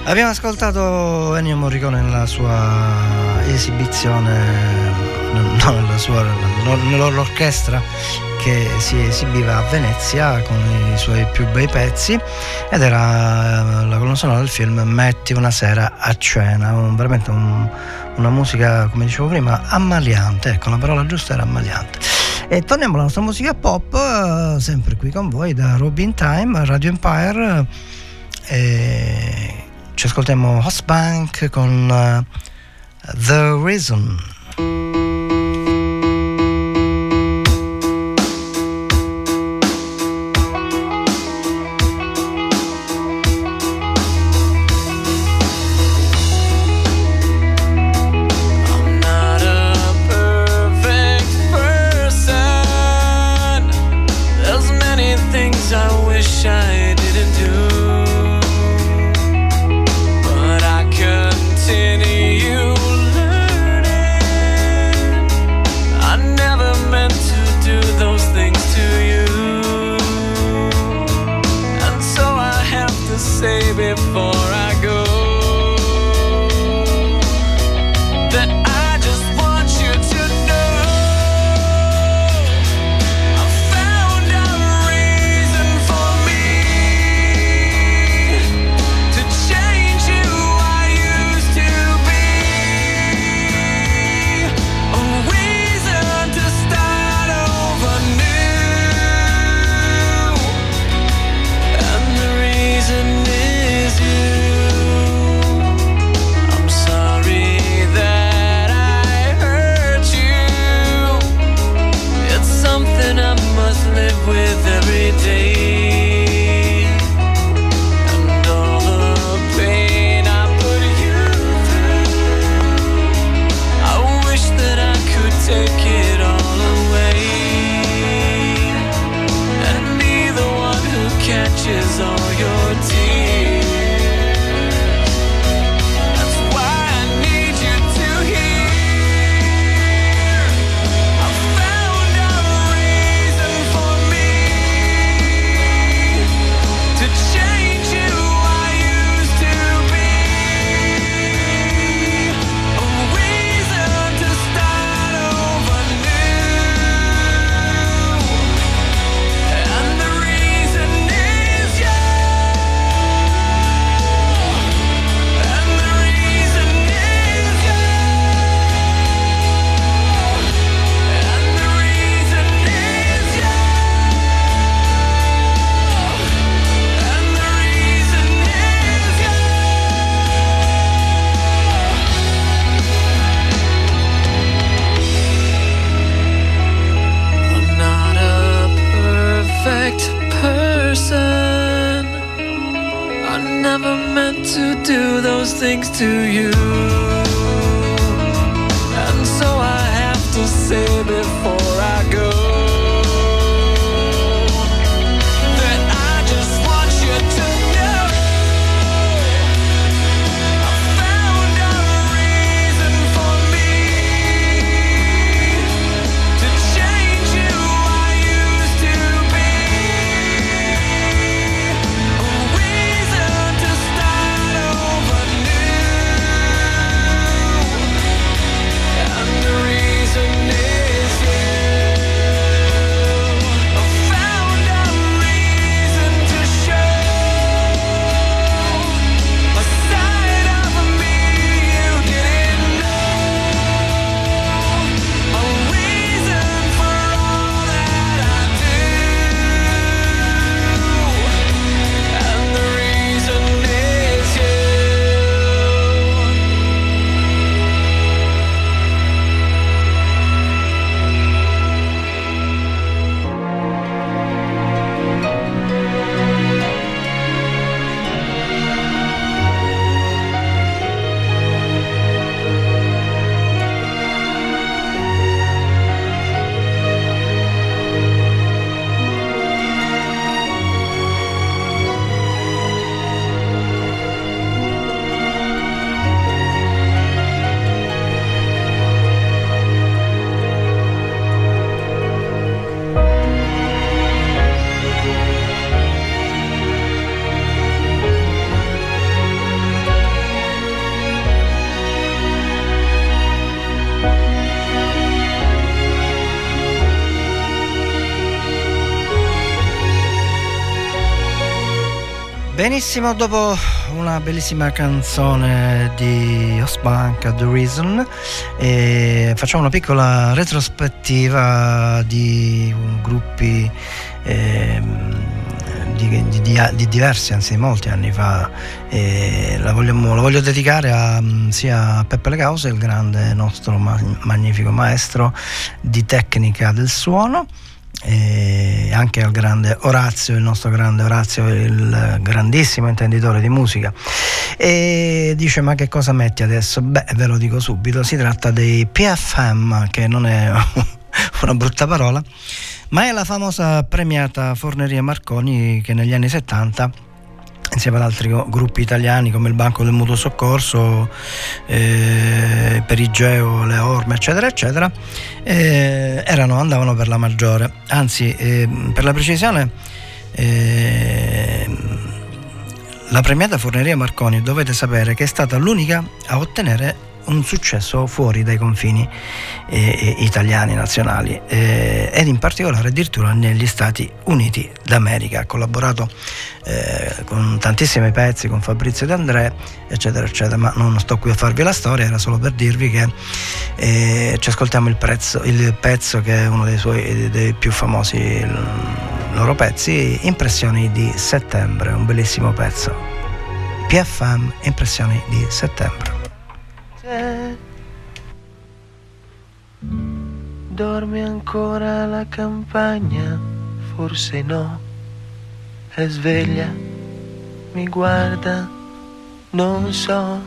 Abbiamo ascoltato Ennio Morricone nella sua esibizione, no, nella sua, nell'orchestra che si esibiva a Venezia con i suoi più bei pezzi, ed era la colonna sonora del film Metti una sera a cena, un, veramente un, una musica, come dicevo prima, ammaliante, ecco, la parola giusta era ammaliante. E torniamo alla nostra musica pop, sempre qui con voi da Robin Time, Radio Empire, e ci ascoltiamo Hostbank con uh, The Reason. things to you, and so I have to say before I go that I just want you to know I found a reason for me to change who I used to be, a reason to start over new, and the reason is you. Benissimo, dopo una bellissima canzone di Ostbank, The Reason, eh, facciamo una piccola retrospettiva di gruppi eh, di, di, di, di diversi, anzi di molti anni fa. Eh, la, vogliamo, la voglio dedicare a, sia a Peppe Le Cause, il grande nostro ma, magnifico maestro di tecnica del suono, e anche al grande Orazio, il nostro grande Orazio, il grandissimo intenditore di musica. E dice: ma che cosa metti adesso? Beh, ve lo dico subito, si tratta dei P F M, che non è una brutta parola, ma è la famosa premiata Forneria Marconi, che negli anni settanta, insieme ad altri gruppi italiani come il Banco del Mutuo Soccorso, eh, Perigeo, Le Orme, eccetera eccetera, eh, erano, andavano per la maggiore. Anzi, eh, per la precisione, eh, la premiata Forneria Marconi, dovete sapere che è stata l'unica a ottenere un successo fuori dai confini eh, italiani nazionali, eh, ed in particolare addirittura negli Stati Uniti d'America. Ha collaborato eh, con tantissimi pezzi, con Fabrizio De André, eccetera eccetera, ma non sto qui a farvi la storia, era solo per dirvi che eh, ci ascoltiamo il, prezzo, il pezzo che è uno dei suoi dei più famosi il, loro pezzi, Impressioni di settembre, un bellissimo pezzo. P F M, Impressioni di settembre. Dorme ancora la campagna? Forse no. È sveglia, mi guarda, non so.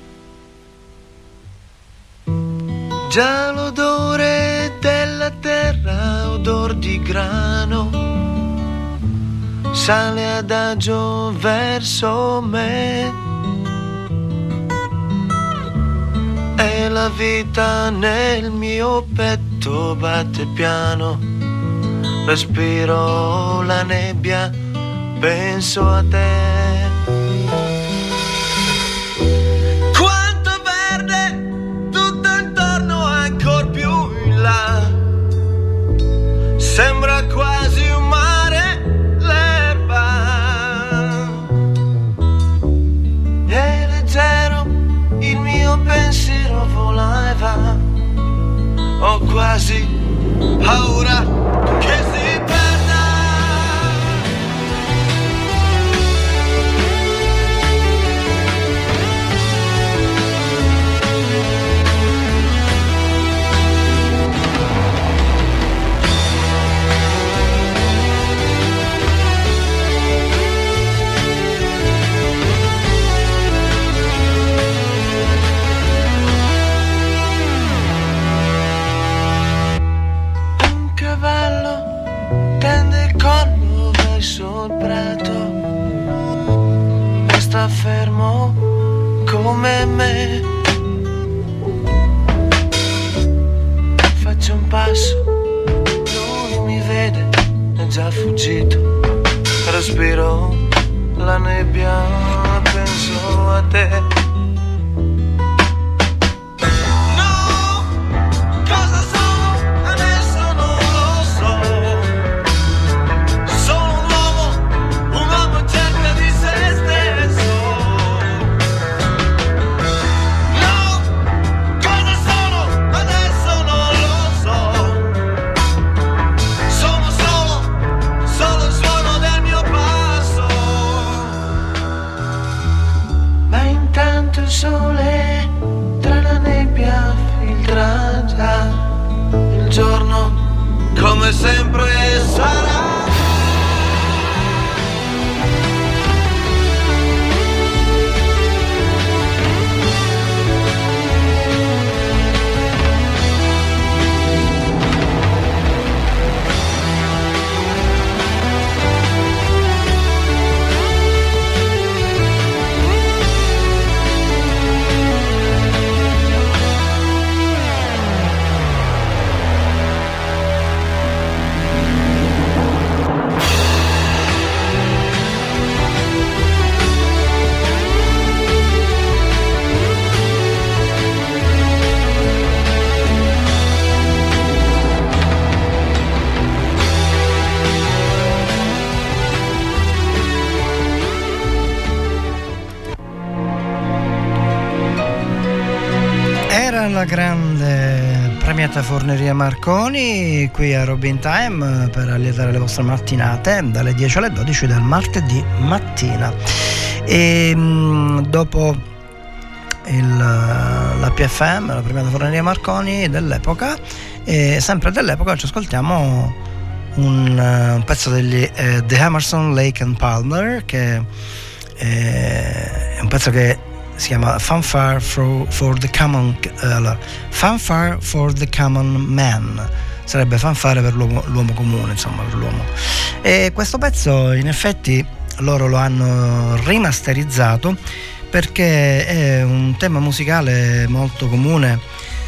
Già l'odore della terra, odor di grano, sale adagio verso me. E la vita nel mio petto batte piano, respiro la nebbia, penso a te. Quanto verde tutto intorno, ancor più in là, sembra quasi un mare l'erba. È leggero il mio pensiero, vola e va, ho quasi paura che si perda. Sul prato e sta fermo come me. Faccio un passo, lui mi vede, è già fuggito. Respiro la nebbia, penso a te. Sole tra la nebbia filtra già, il giorno come sempre sarà. della grande premiata Forneria Marconi qui a Robin Time per allietare le vostre mattinate dalle dieci alle dodici del martedì mattina. E mh, dopo il, la P F M, la premiata Forneria Marconi dell'epoca, e sempre dell'epoca ci ascoltiamo un, un pezzo degli eh, The Emerson, Lake and Palmer, che eh, è un pezzo che si chiama Fanfare for, for the Common uh, allora, Fanfare for the Common Man, sarebbe fanfare per l'uomo, l'uomo comune, insomma, per l'uomo. E questo pezzo in effetti loro lo hanno rimasterizzato perché è un tema musicale molto comune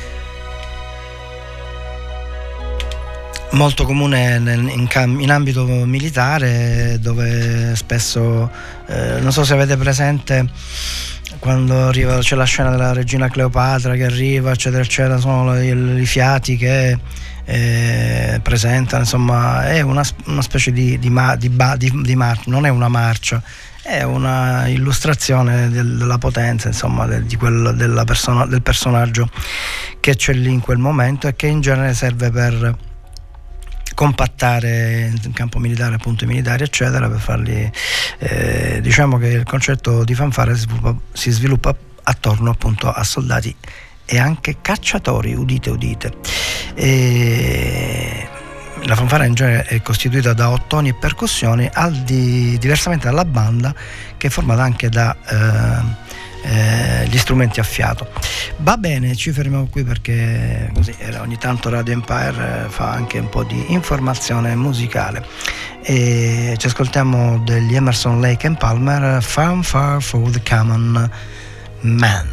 molto comune nel, in, cam, in ambito militare, dove spesso eh, non so se avete presente quando arriva, c'è la scena della regina Cleopatra che arriva, eccetera eccetera, sono i, i fiati che eh, presentano, insomma è una, una specie di, di, ma, di, di, di mar- non è una marcia, è una illustrazione del, della potenza, insomma, del, di quel, della persona, del personaggio che c'è lì in quel momento, e che in genere serve per compattare in campo militare appunto i militari eccetera, per farli eh, diciamo che il concetto di fanfare si sviluppa, si sviluppa attorno appunto a soldati e anche cacciatori, udite udite. E la fanfara in genere è costituita da ottoni e percussioni, al di, diversamente dalla banda, che è formata anche da eh, eh, gli strumenti a fiato. Va bene, ci fermiamo qui perché così ogni tanto Radio Empire fa anche un po' di informazione musicale, e ci ascoltiamo degli Emerson, Lake and Palmer, Fanfare for the Common Man.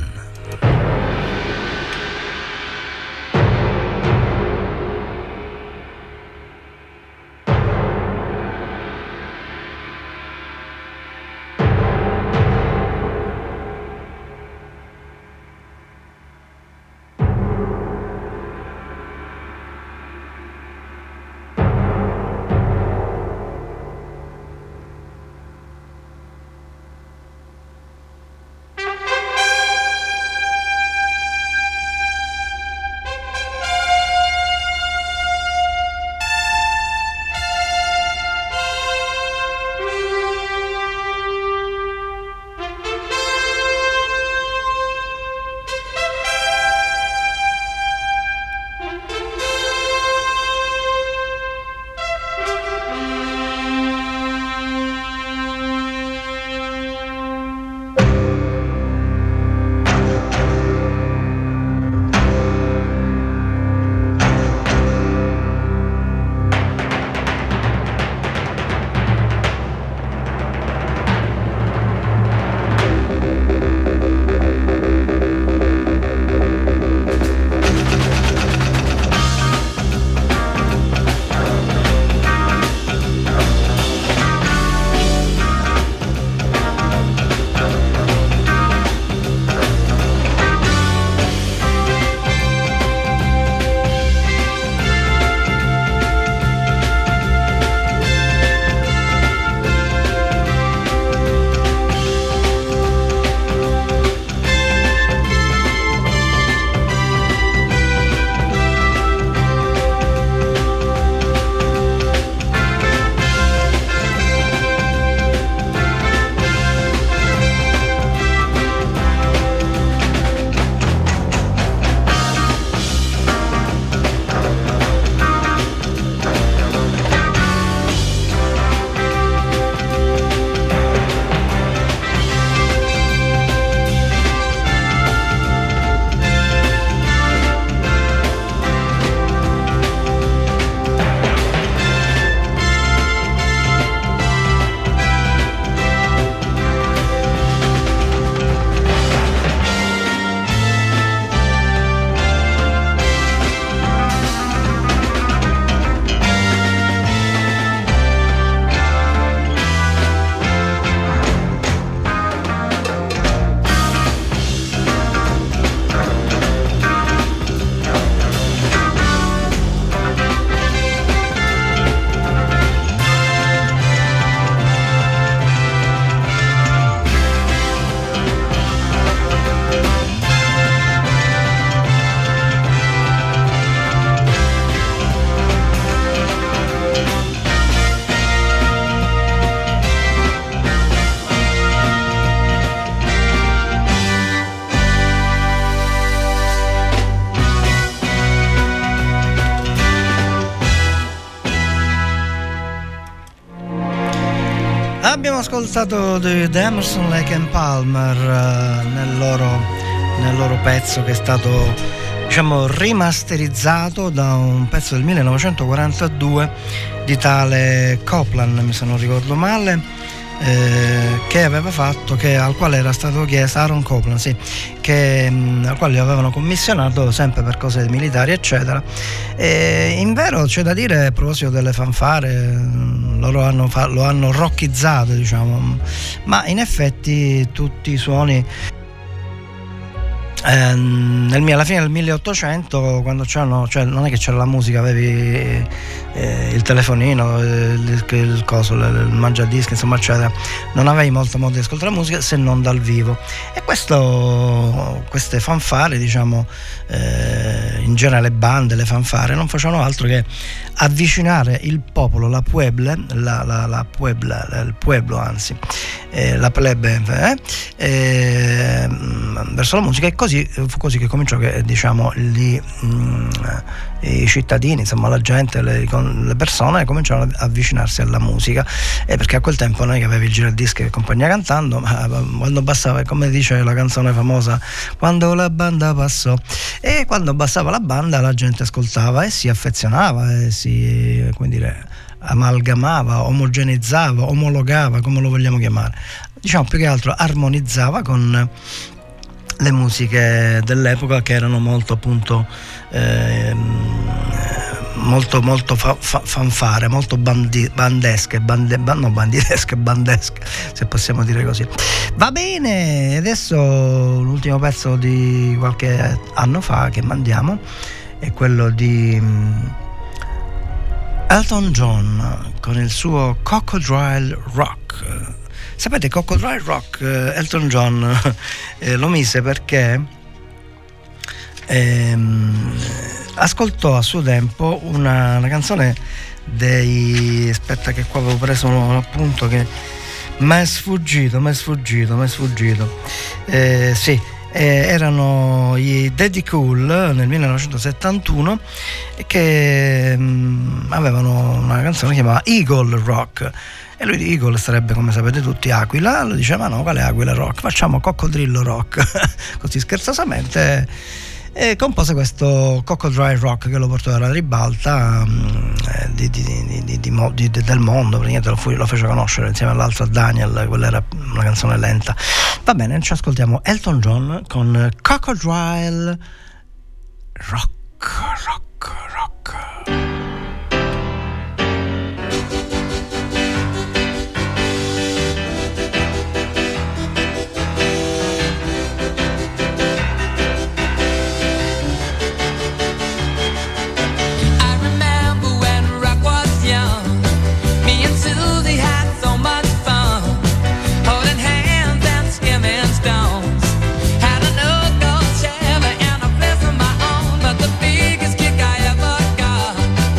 abbiamo ascoltato The Emerson, Lake and Palmer uh, nel, loro, nel loro pezzo che è stato, diciamo, rimasterizzato da un pezzo del millenovecentoquarantadue di tale Copland, se non ricordo male, eh, che aveva fatto, che, al quale era stato chiesto, Aaron Copland, sì, che, mh, al quale gli avevano commissionato sempre per cose militari eccetera. E in vero c'è da dire, a proposito delle fanfare, mh, loro hanno fa- lo hanno rockizzato, diciamo, ma in effetti tutti i suoni Eh, nel, alla fine del milleottocento, quando c'erano, cioè non è che c'era la musica, avevi eh, il telefonino, il, il coso, il, il mangiadischi, insomma, eccetera, non avevi molto modo di ascoltare la musica se non dal vivo. E questo, queste fanfare, diciamo, eh, in genere le bande, le fanfare non facevano altro che avvicinare il popolo, la pueble, la, la, la puebla, il pueblo anzi, eh, la plebe, eh, eh, verso la musica, e così fu così che cominciò che, diciamo, gli, mh, i cittadini, insomma la gente, le, le persone cominciarono ad avvicinarsi alla musica, eh, perché a quel tempo non è che avevi il giradischi e compagnia cantando, ma quando bastava, come dice la canzone famosa, quando la banda passò, e quando bastava la banda la gente ascoltava e si affezionava e si, come dire, amalgamava, omogenizzava, omologava, come lo vogliamo chiamare, diciamo più che altro armonizzava con le musiche dell'epoca, che erano molto, appunto, eh, molto molto fa, fa, fanfare, molto bandi, bandesche, bande, no, bandidesche, bandesche, se possiamo dire così. Va bene, adesso l'ultimo pezzo di qualche anno fa che mandiamo è quello di Elton John con il suo Crocodile Rock. Sapete, Crocodile Rock, Elton John eh, lo mise perché ehm, ascoltò a suo tempo una, una canzone dei, aspetta che qua avevo preso un appunto che mi è sfuggito, mi è sfuggito, mi è sfuggito, eh, sì, eh, erano i Daddy Cool nel millenovecentosettantuno, che mh, avevano una canzone che si chiamava Eagle Rock. E lui di Eagle sarebbe, come sapete tutti, aquila. Lui dice: ma no, quale aquila rock? Facciamo coccodrillo rock. Così scherzosamente, e compose questo Crocodile Rock, che lo portò alla ribalta eh, di, di, di, di, di, di, del mondo. Praticamente lo, fu, lo fece conoscere insieme all'altro, a Daniel. Quella era una canzone lenta. Va bene, ci ascoltiamo Elton John con Crocodile Rock, rock, rock. Had a no-go Chevy and a place of my own, but the biggest kick I ever got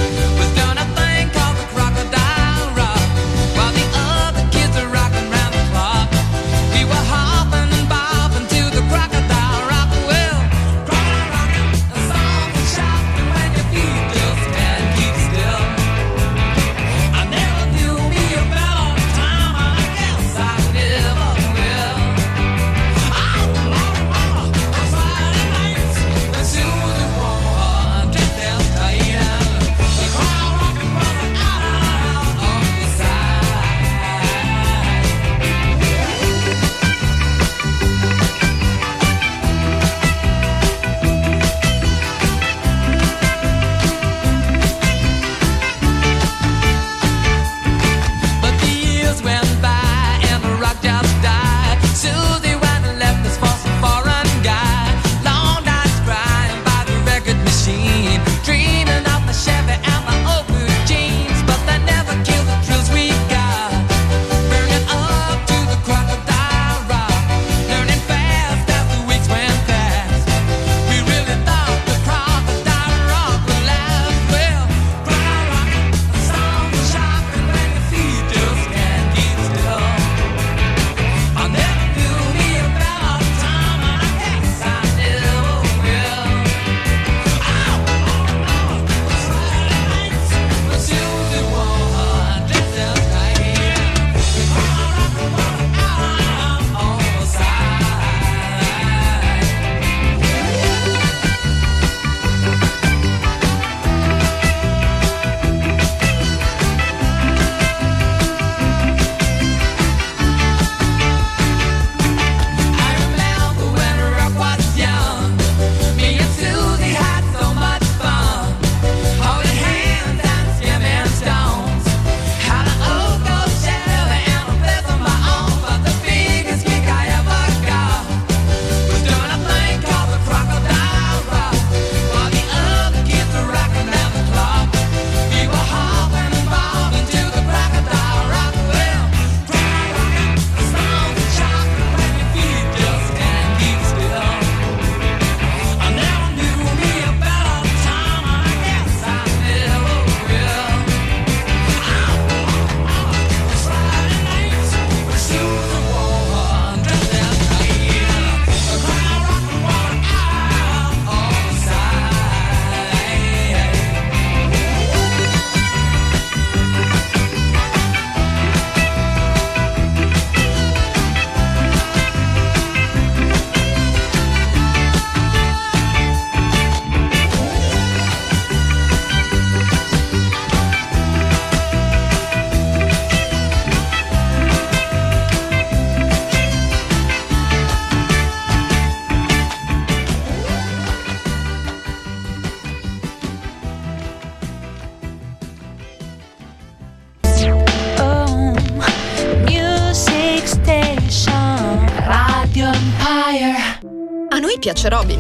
lei piace Robin.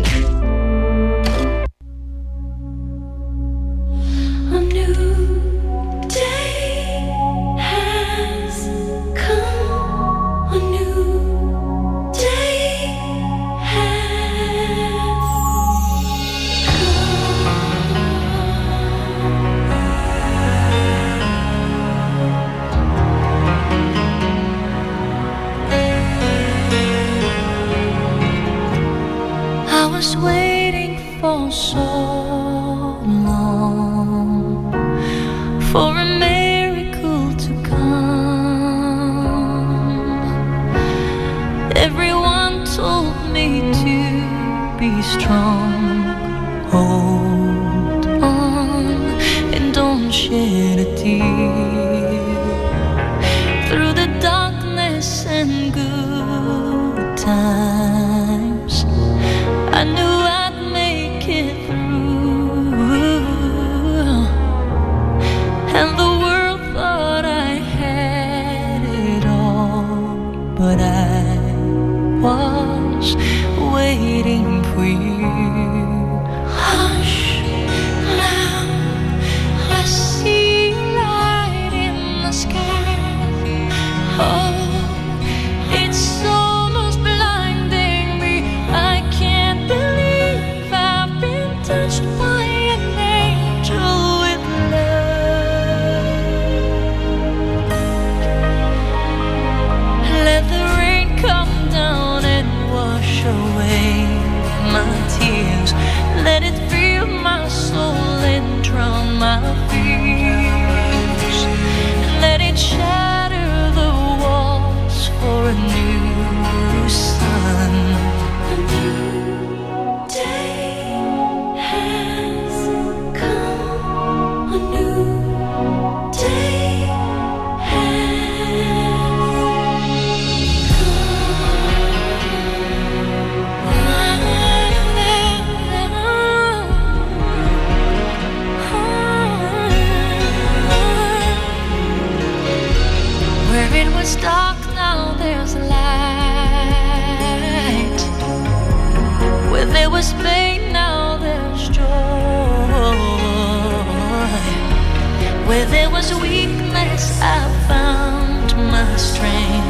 A new day has come. A new day has I was waiting for so long for a miracle to come. Everyone told me to be strong. Hold on and don't shed a tear. Through the darkness and good times, I knew I'd make it through, and the world thought I had it all, but I was waiting for you. Hush, now I see light in the sky. Oh, it's almost blinding me. I can't believe I've been touched by an angel with love. Let the rain come down and wash away my tears. Let it fill my soul and drown my fears. Let it shatter the walls for a new sun. A new day has come. A new day Where it was dark, now there's light. Where there was pain, now there's joy. Where there was weakness, I found my strength.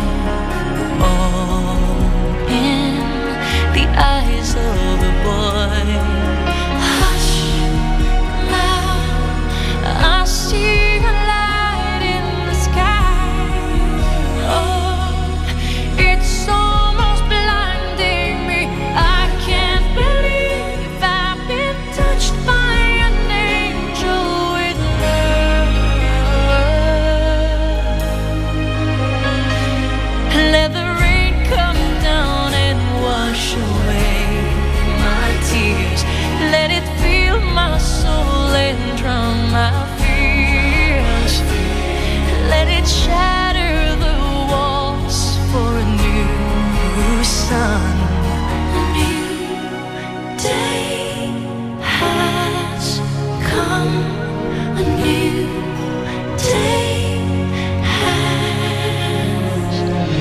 All in the eyes of a boy. Hush, now I see a light in the sky. Oh, it's almost blinding me. I can't believe I've been touched by an angel with love. Let the rain come down and wash away my tears. Let it fill my soul and drown my fears. Let it shatter the walls for a new sun. A new day has come. A new day has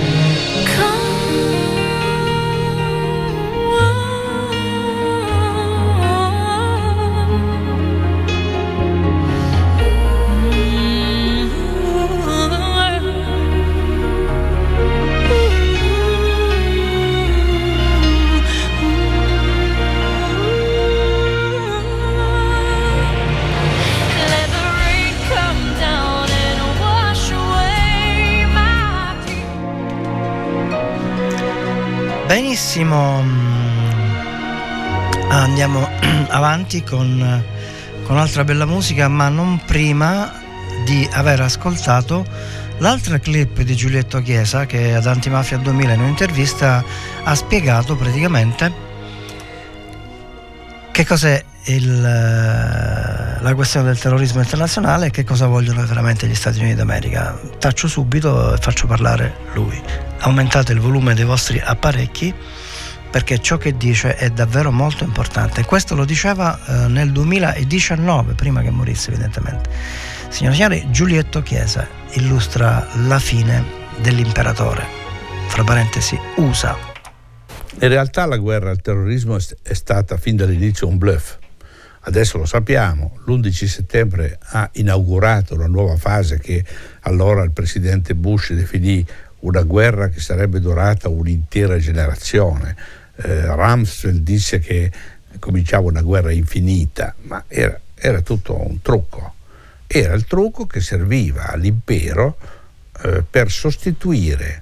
Let the rain come down and wash away my tears. Benissimo, andiamo avanti con, con altra bella musica, ma non prima di aver ascoltato l'altra clip di Giulietto Chiesa, che ad Antimafia duemila in un'intervista ha spiegato praticamente che cos'è il, la questione del terrorismo internazionale e che cosa vogliono veramente gli Stati Uniti d'America. Taccio subito e faccio parlare lui. Aumentate il volume dei vostri apparecchi, perché ciò che dice è davvero molto importante. Questo lo diceva eh, nel duemiladiciannove, prima che morisse evidentemente. Signore e signori, Giulietto Chiesa illustra la fine dell'imperatore, fra parentesi U S A. In realtà la guerra al terrorismo è stata fin dall'inizio un bluff. Adesso lo sappiamo, l'undici settembre ha inaugurato una nuova fase che allora il presidente Bush definì una guerra che sarebbe durata un'intera generazione. Eh, Rumsfeld disse che cominciava una guerra infinita, ma era, era tutto un trucco. Era il trucco che serviva all'impero eh, per sostituire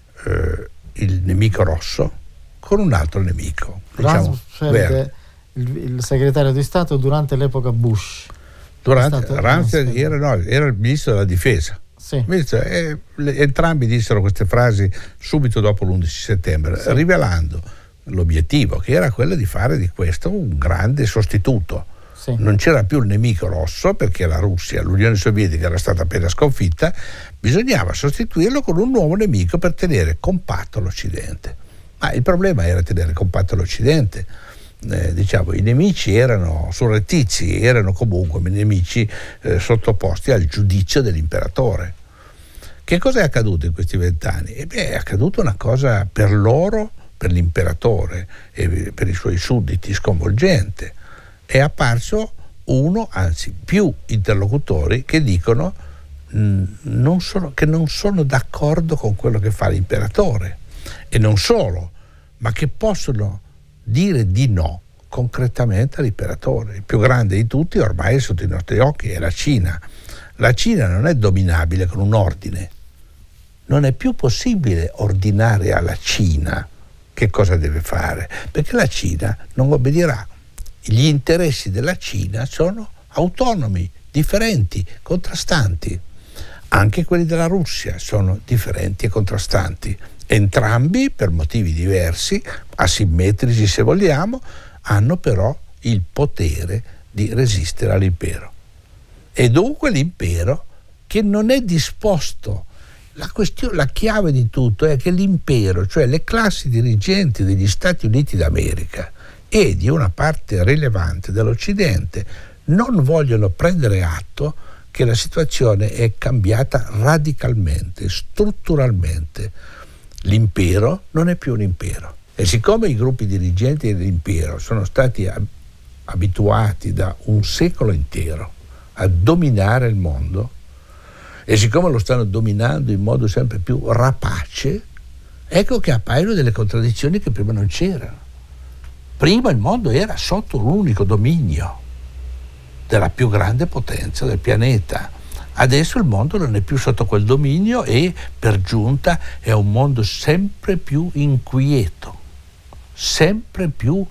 eh, il nemico rosso con un altro nemico. Diciamo, Rumsfeld, il, il segretario di Stato durante l'epoca Bush. Durante, Rumsfeld era, no, era il ministro della difesa. Sì. E, le, entrambi dissero queste frasi subito dopo l'undici settembre, sì, rivelando l'obiettivo che era quello di fare di questo un grande sostituto. Sì. Non c'era più il nemico rosso perché la Russia, l'Unione Sovietica era stata appena sconfitta, bisognava sostituirlo con un nuovo nemico per tenere compatto l'Occidente. Ma il problema era tenere compatto l'Occidente. Eh, diciamo, i nemici erano surrettizi, erano comunque nemici eh, sottoposti al giudizio dell'imperatore. Che cosa è accaduto in questi vent'anni? E beh, è accaduto una cosa per loro, per l'imperatore e per i suoi sudditi sconvolgente. È apparso uno, anzi più interlocutori che dicono mh, non sono, che non sono d'accordo con quello che fa l'imperatore, e non solo, ma che possono dire di no concretamente all'imperatore. Il più grande di tutti ormai è sotto i nostri occhi, è la Cina. La Cina non è dominabile con un ordine. Non è più possibile ordinare alla Cina che cosa deve fare, perché la Cina non obbedirà. Gli interessi della Cina sono autonomi, differenti, contrastanti. Anche quelli della Russia sono differenti e contrastanti. Entrambi, per motivi diversi, asimmetrici se vogliamo, hanno però il potere di resistere all'impero. E dunque l'impero che non è disposto. La, questione, la chiave di tutto è che l'impero, cioè le classi dirigenti degli Stati Uniti d'America e di una parte rilevante dell'Occidente, non vogliono prendere atto che la situazione è cambiata radicalmente, strutturalmente. L'impero non è più un impero. E siccome i gruppi dirigenti dell'impero sono stati ab- abituati da un secolo intero a dominare il mondo, e siccome lo stanno dominando in modo sempre più rapace, ecco che appaiono delle contraddizioni che prima non c'erano. Prima il mondo era sotto un unico dominio della più grande potenza del pianeta. Adesso il mondo non è più sotto quel dominio e per giunta è un mondo sempre più inquieto, sempre più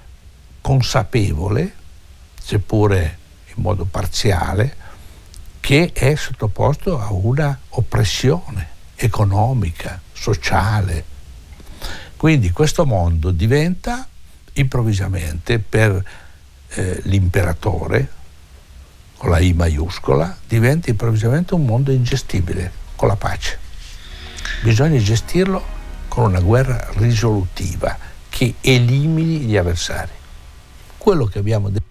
consapevole, seppure in modo parziale, che è sottoposto a una oppressione economica, sociale. Quindi questo mondo diventa improvvisamente per eh, l'imperatore, con la I maiuscola, diventa improvvisamente un mondo ingestibile con la pace. Bisogna gestirlo con una guerra risolutiva che elimini gli avversari. Quello che abbiamo detto.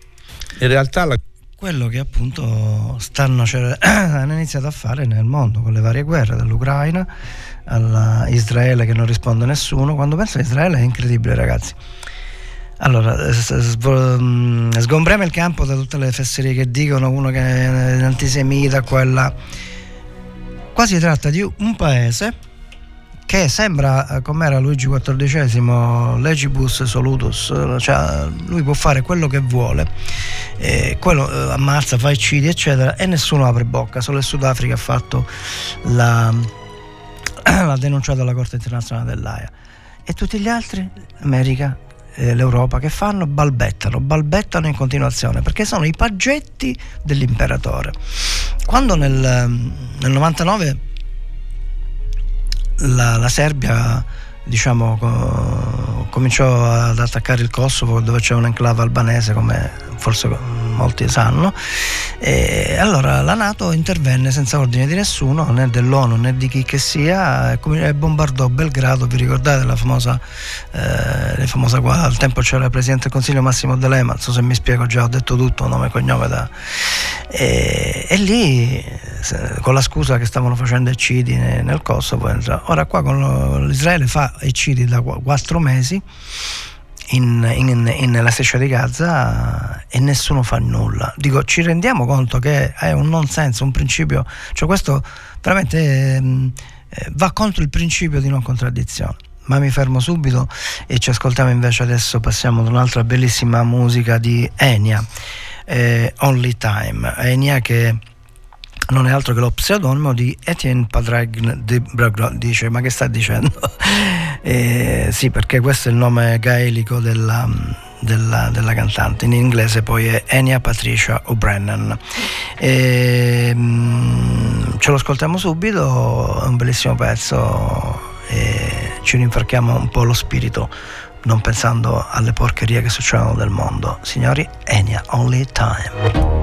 In realtà la... quello che appunto stanno hanno iniziato a fare nel mondo con le varie guerre, dall'Ucraina a Israele che non risponde a nessuno. Quando penso a Israele è incredibile, ragazzi. Allora, sgombriamo il campo da tutte le fesserie che dicono uno che è antisemita, quella. Qua si tratta di un paese che sembra, come era Luigi quattordicesimo, legibus solutus, cioè lui può fare quello che vuole, eh, quello eh, ammazza, fa eccidi eccetera, e nessuno apre bocca. Solo il Sudafrica ha fatto la l'ha denunciato alla Corte Internazionale dell'Aia, e tutti gli altri, l'America, l'Europa, che fanno? Balbettano, balbettano in continuazione, perché sono i paggetti dell'imperatore. Quando nel, nel novantanove la, la Serbia, diciamo, co- cominciò ad attaccare il Kosovo, dove c'è un'enclave albanese, come forse molti sanno. E allora la NATO intervenne senza ordine di nessuno, né dell'ONU né di chi che sia, e bombardò Belgrado. Vi ricordate la famosa, eh, la famosa qua, al tempo c'era il Presidente del Consiglio Massimo D'Alema, non so se mi spiego, già ho detto tutto, nome e cognome da, e, e lì con la scusa che stavano facendo eccidi nel Kosovo. Ora qua con l'Israele fa eccidi da quattro mesi in, in, in, nella striscia di Gaza e nessuno fa nulla. Dico, ci rendiamo conto che è un non senso, un principio, cioè questo veramente eh, va contro il principio di non contraddizione. Ma mi fermo subito e ci ascoltiamo invece adesso, passiamo ad un'altra bellissima musica di Enya, eh, Only Time. Enya che non è altro che lo pseudonimo di Etienne Padraig de Bragg. Dice, ma che sta dicendo? eh, sì, perché questo è il nome gaelico della, della, della cantante, in inglese poi è Enya Patricia O'Brien. E, mh, ce lo ascoltiamo subito, è un bellissimo pezzo e ci rinfreschiamo un po' lo spirito, non pensando alle porcherie che succedono nel mondo. Signori, Enya, Only Time.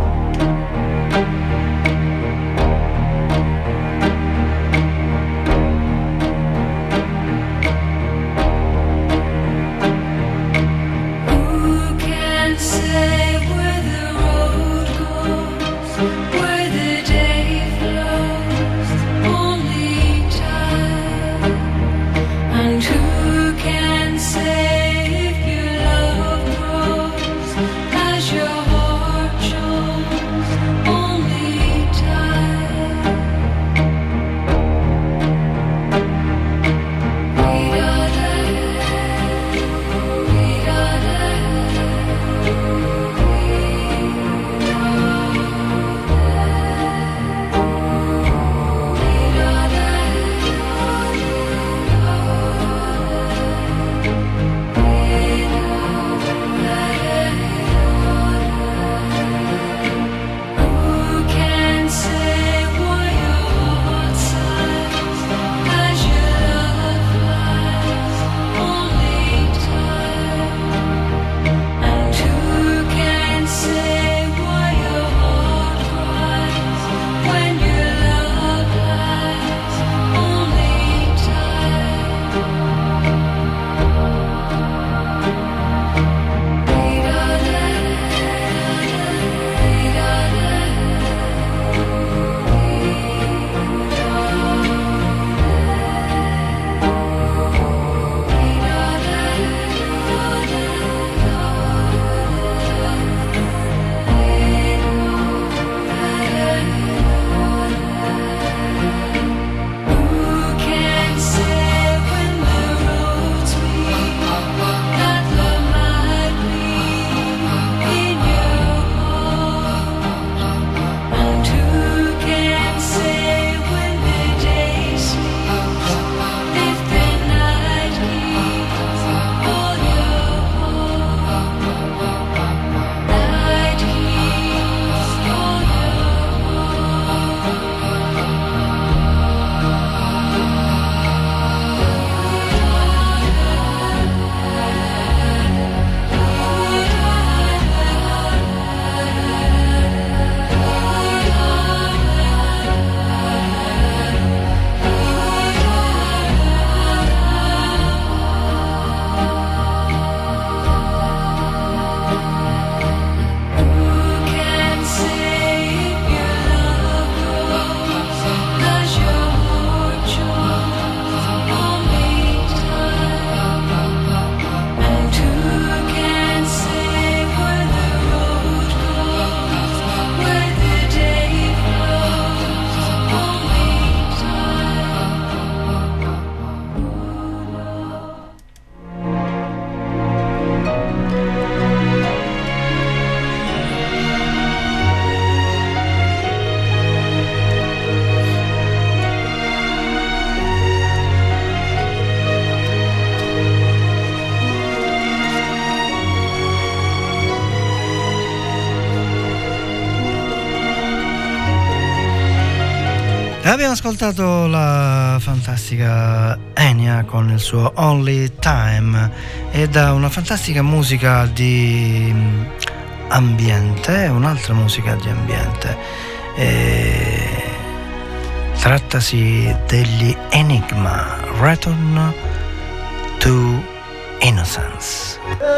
Abbiamo ascoltato la fantastica Enya con il suo Only Time e da una fantastica musica di ambiente, è un'altra musica di ambiente. E trattasi degli Enigma, Return to Innocence.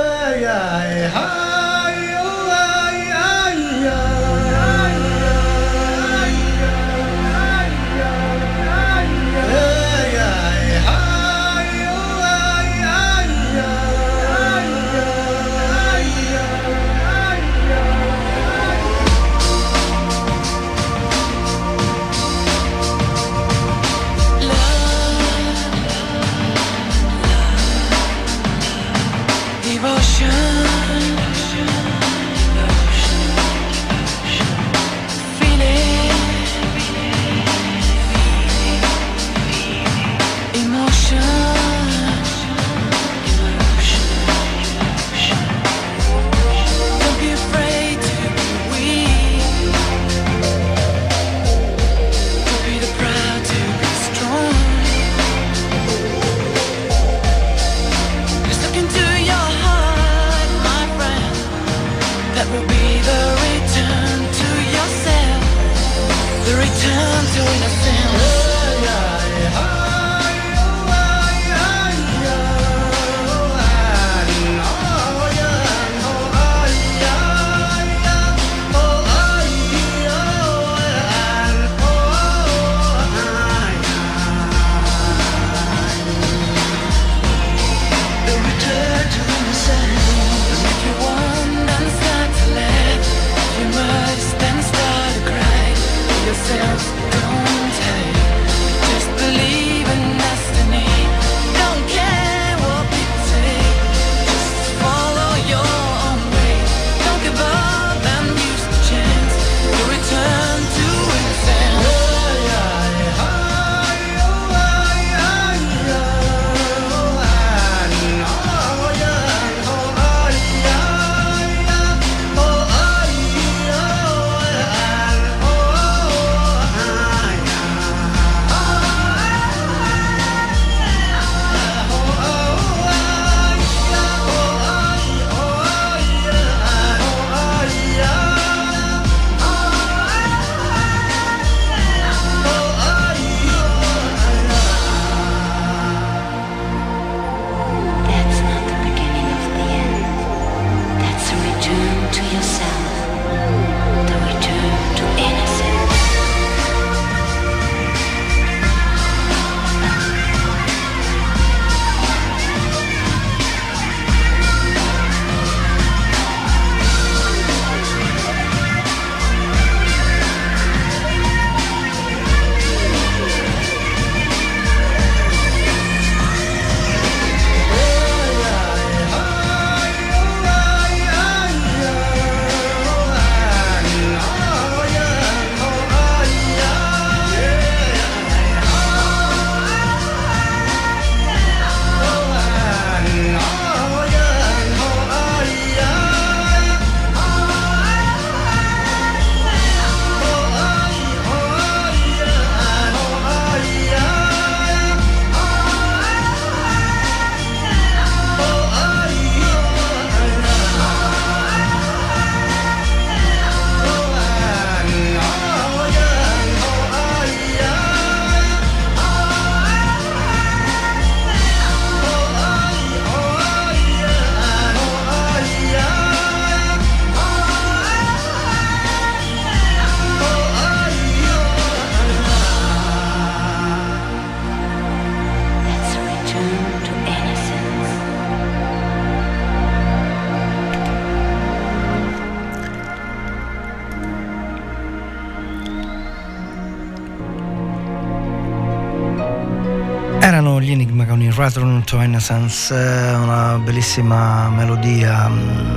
Erano gli Enigma con il Return to Innocence, una bellissima melodia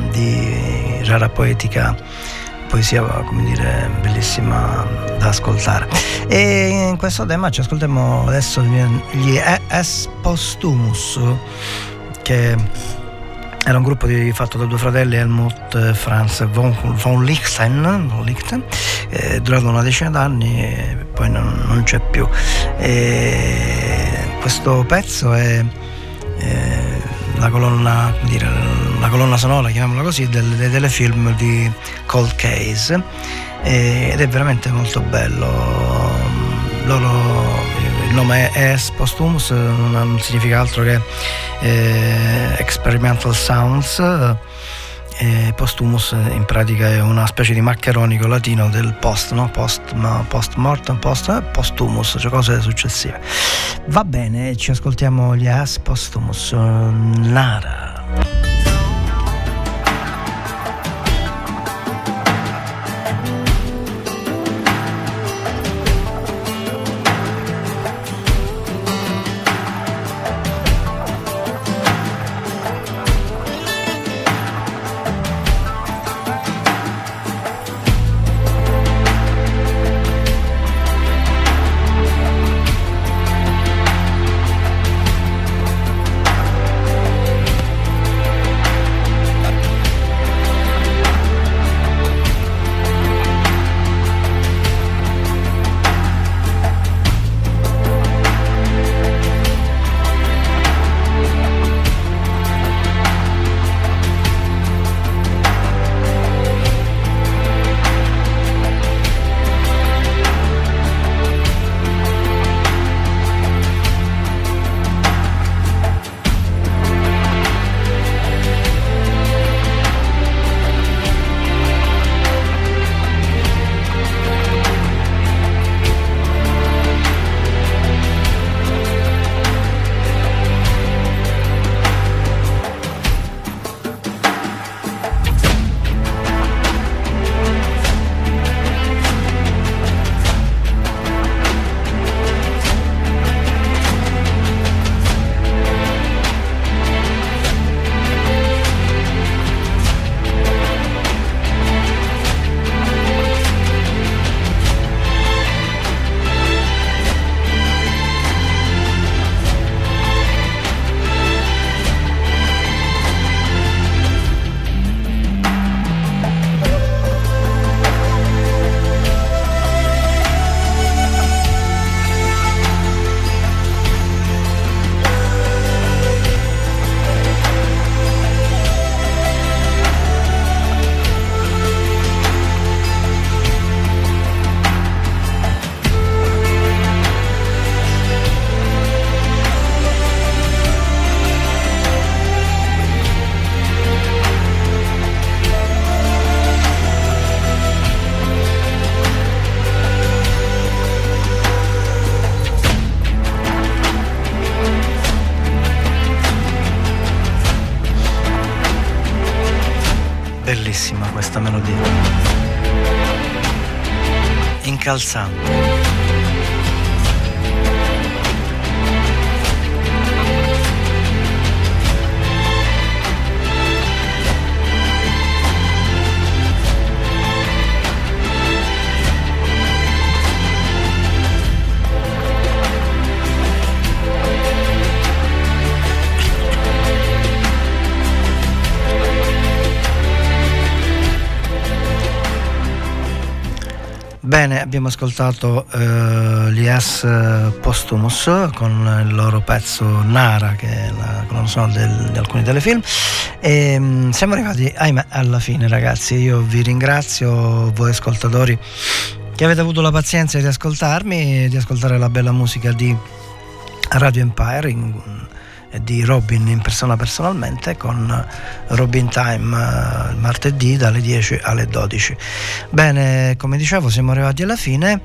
di rara poetica, poesia, come dire, bellissima da ascoltare. E in questo tema ci ascoltiamo adesso gli Es Posthumus, che era un gruppo di, fatto da due fratelli, Helmut e Franz von, von Lichten, von Lichten eh, durato una decina d'anni e poi non, non c'è più. E questo pezzo è, è la colonna, come dire, la colonna sonora, chiamiamola così, del, dei telefilm di Cold Case, eh, ed è veramente molto bello. Loro, il nome è Es Posthumus, non significa altro che eh, Experimental Sounds. E Posthumus in pratica è una specie di maccheronico latino del post, no? Post, ma post mortem, post, eh, posthumus, cioè cose successive. Va bene, ci ascoltiamo gli Es Posthumus. Nara. Bellissima questa melodia, incalzante. Bene, abbiamo ascoltato uh, gli Es Posthumus con il loro pezzo Nara, che è la colonna sonora del, di alcuni telefilm, e um, siamo arrivati, ahimè, alla fine, ragazzi. Io vi ringrazio, voi ascoltatori che avete avuto la pazienza di ascoltarmi e di ascoltare la bella musica di Radio Empire in, di Robin in persona personalmente, con Robin Time uh, il martedì dalle dieci alle dodici. Bene, come dicevo, siamo arrivati alla fine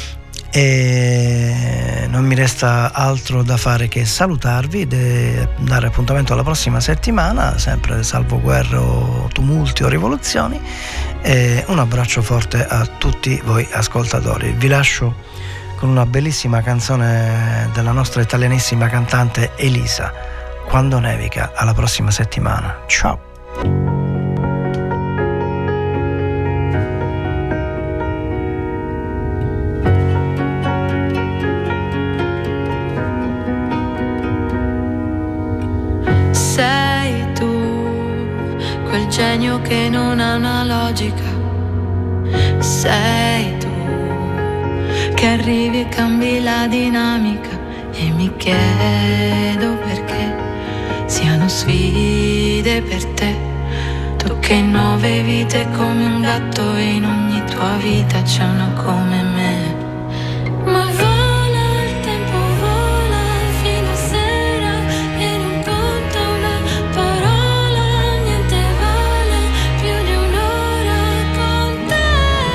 e non mi resta altro da fare che salutarvi e dare appuntamento alla prossima settimana, sempre salvo guerre o tumulti o rivoluzioni, e un abbraccio forte a tutti voi ascoltatori. Vi lascio con una bellissima canzone della nostra italianissima cantante Elisa, Quando nevica. Alla prossima settimana. Ciao. Sei tu, quel genio che non ha una logica. Sei tu che arrivi e cambi la dinamica, e mi chiedo perché siano sfide per te. Tu che in nove vite come un gatto e in ogni tua vita c'è una come me. Ma vola il tempo, vola fino a sera e non conta una parola, niente vale più di un'ora con te.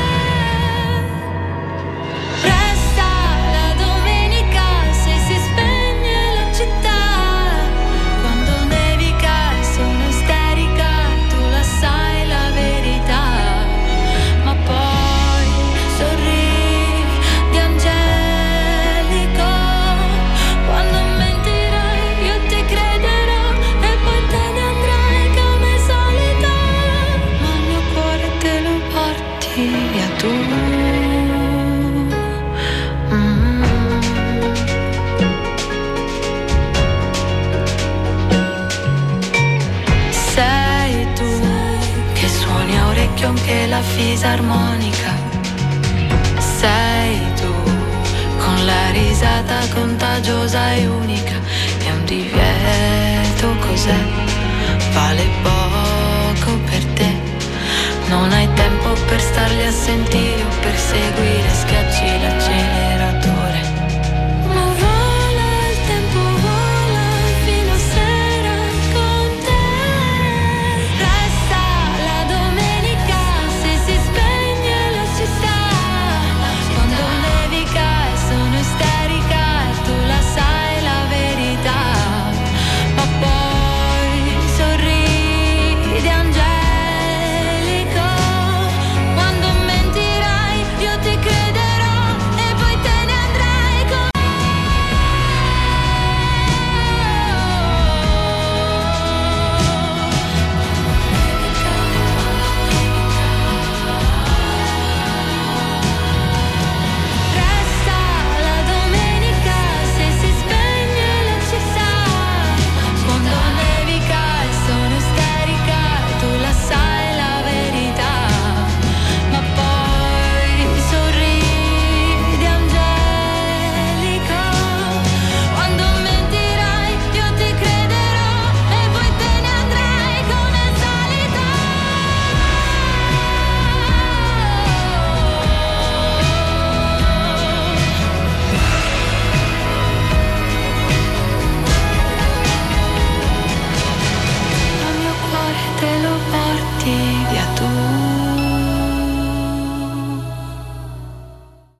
Resta la domenica se si spegne la città, quando nevica e sono isterica, tu la sai la verità, ma poi sorridi di angelico, quando mentirai io ti crederò e poi te ne andrai come solito, ma il mio cuore te lo porti via tu. Mm. Sei tu che suoni a orecchio anche la fisarmonica. Sei tu con la risata contagiosa e unica. È un divieto, cos'è? Vale poco per te. Non hai tempo per starli a sentire o per seguire, schiacci la cena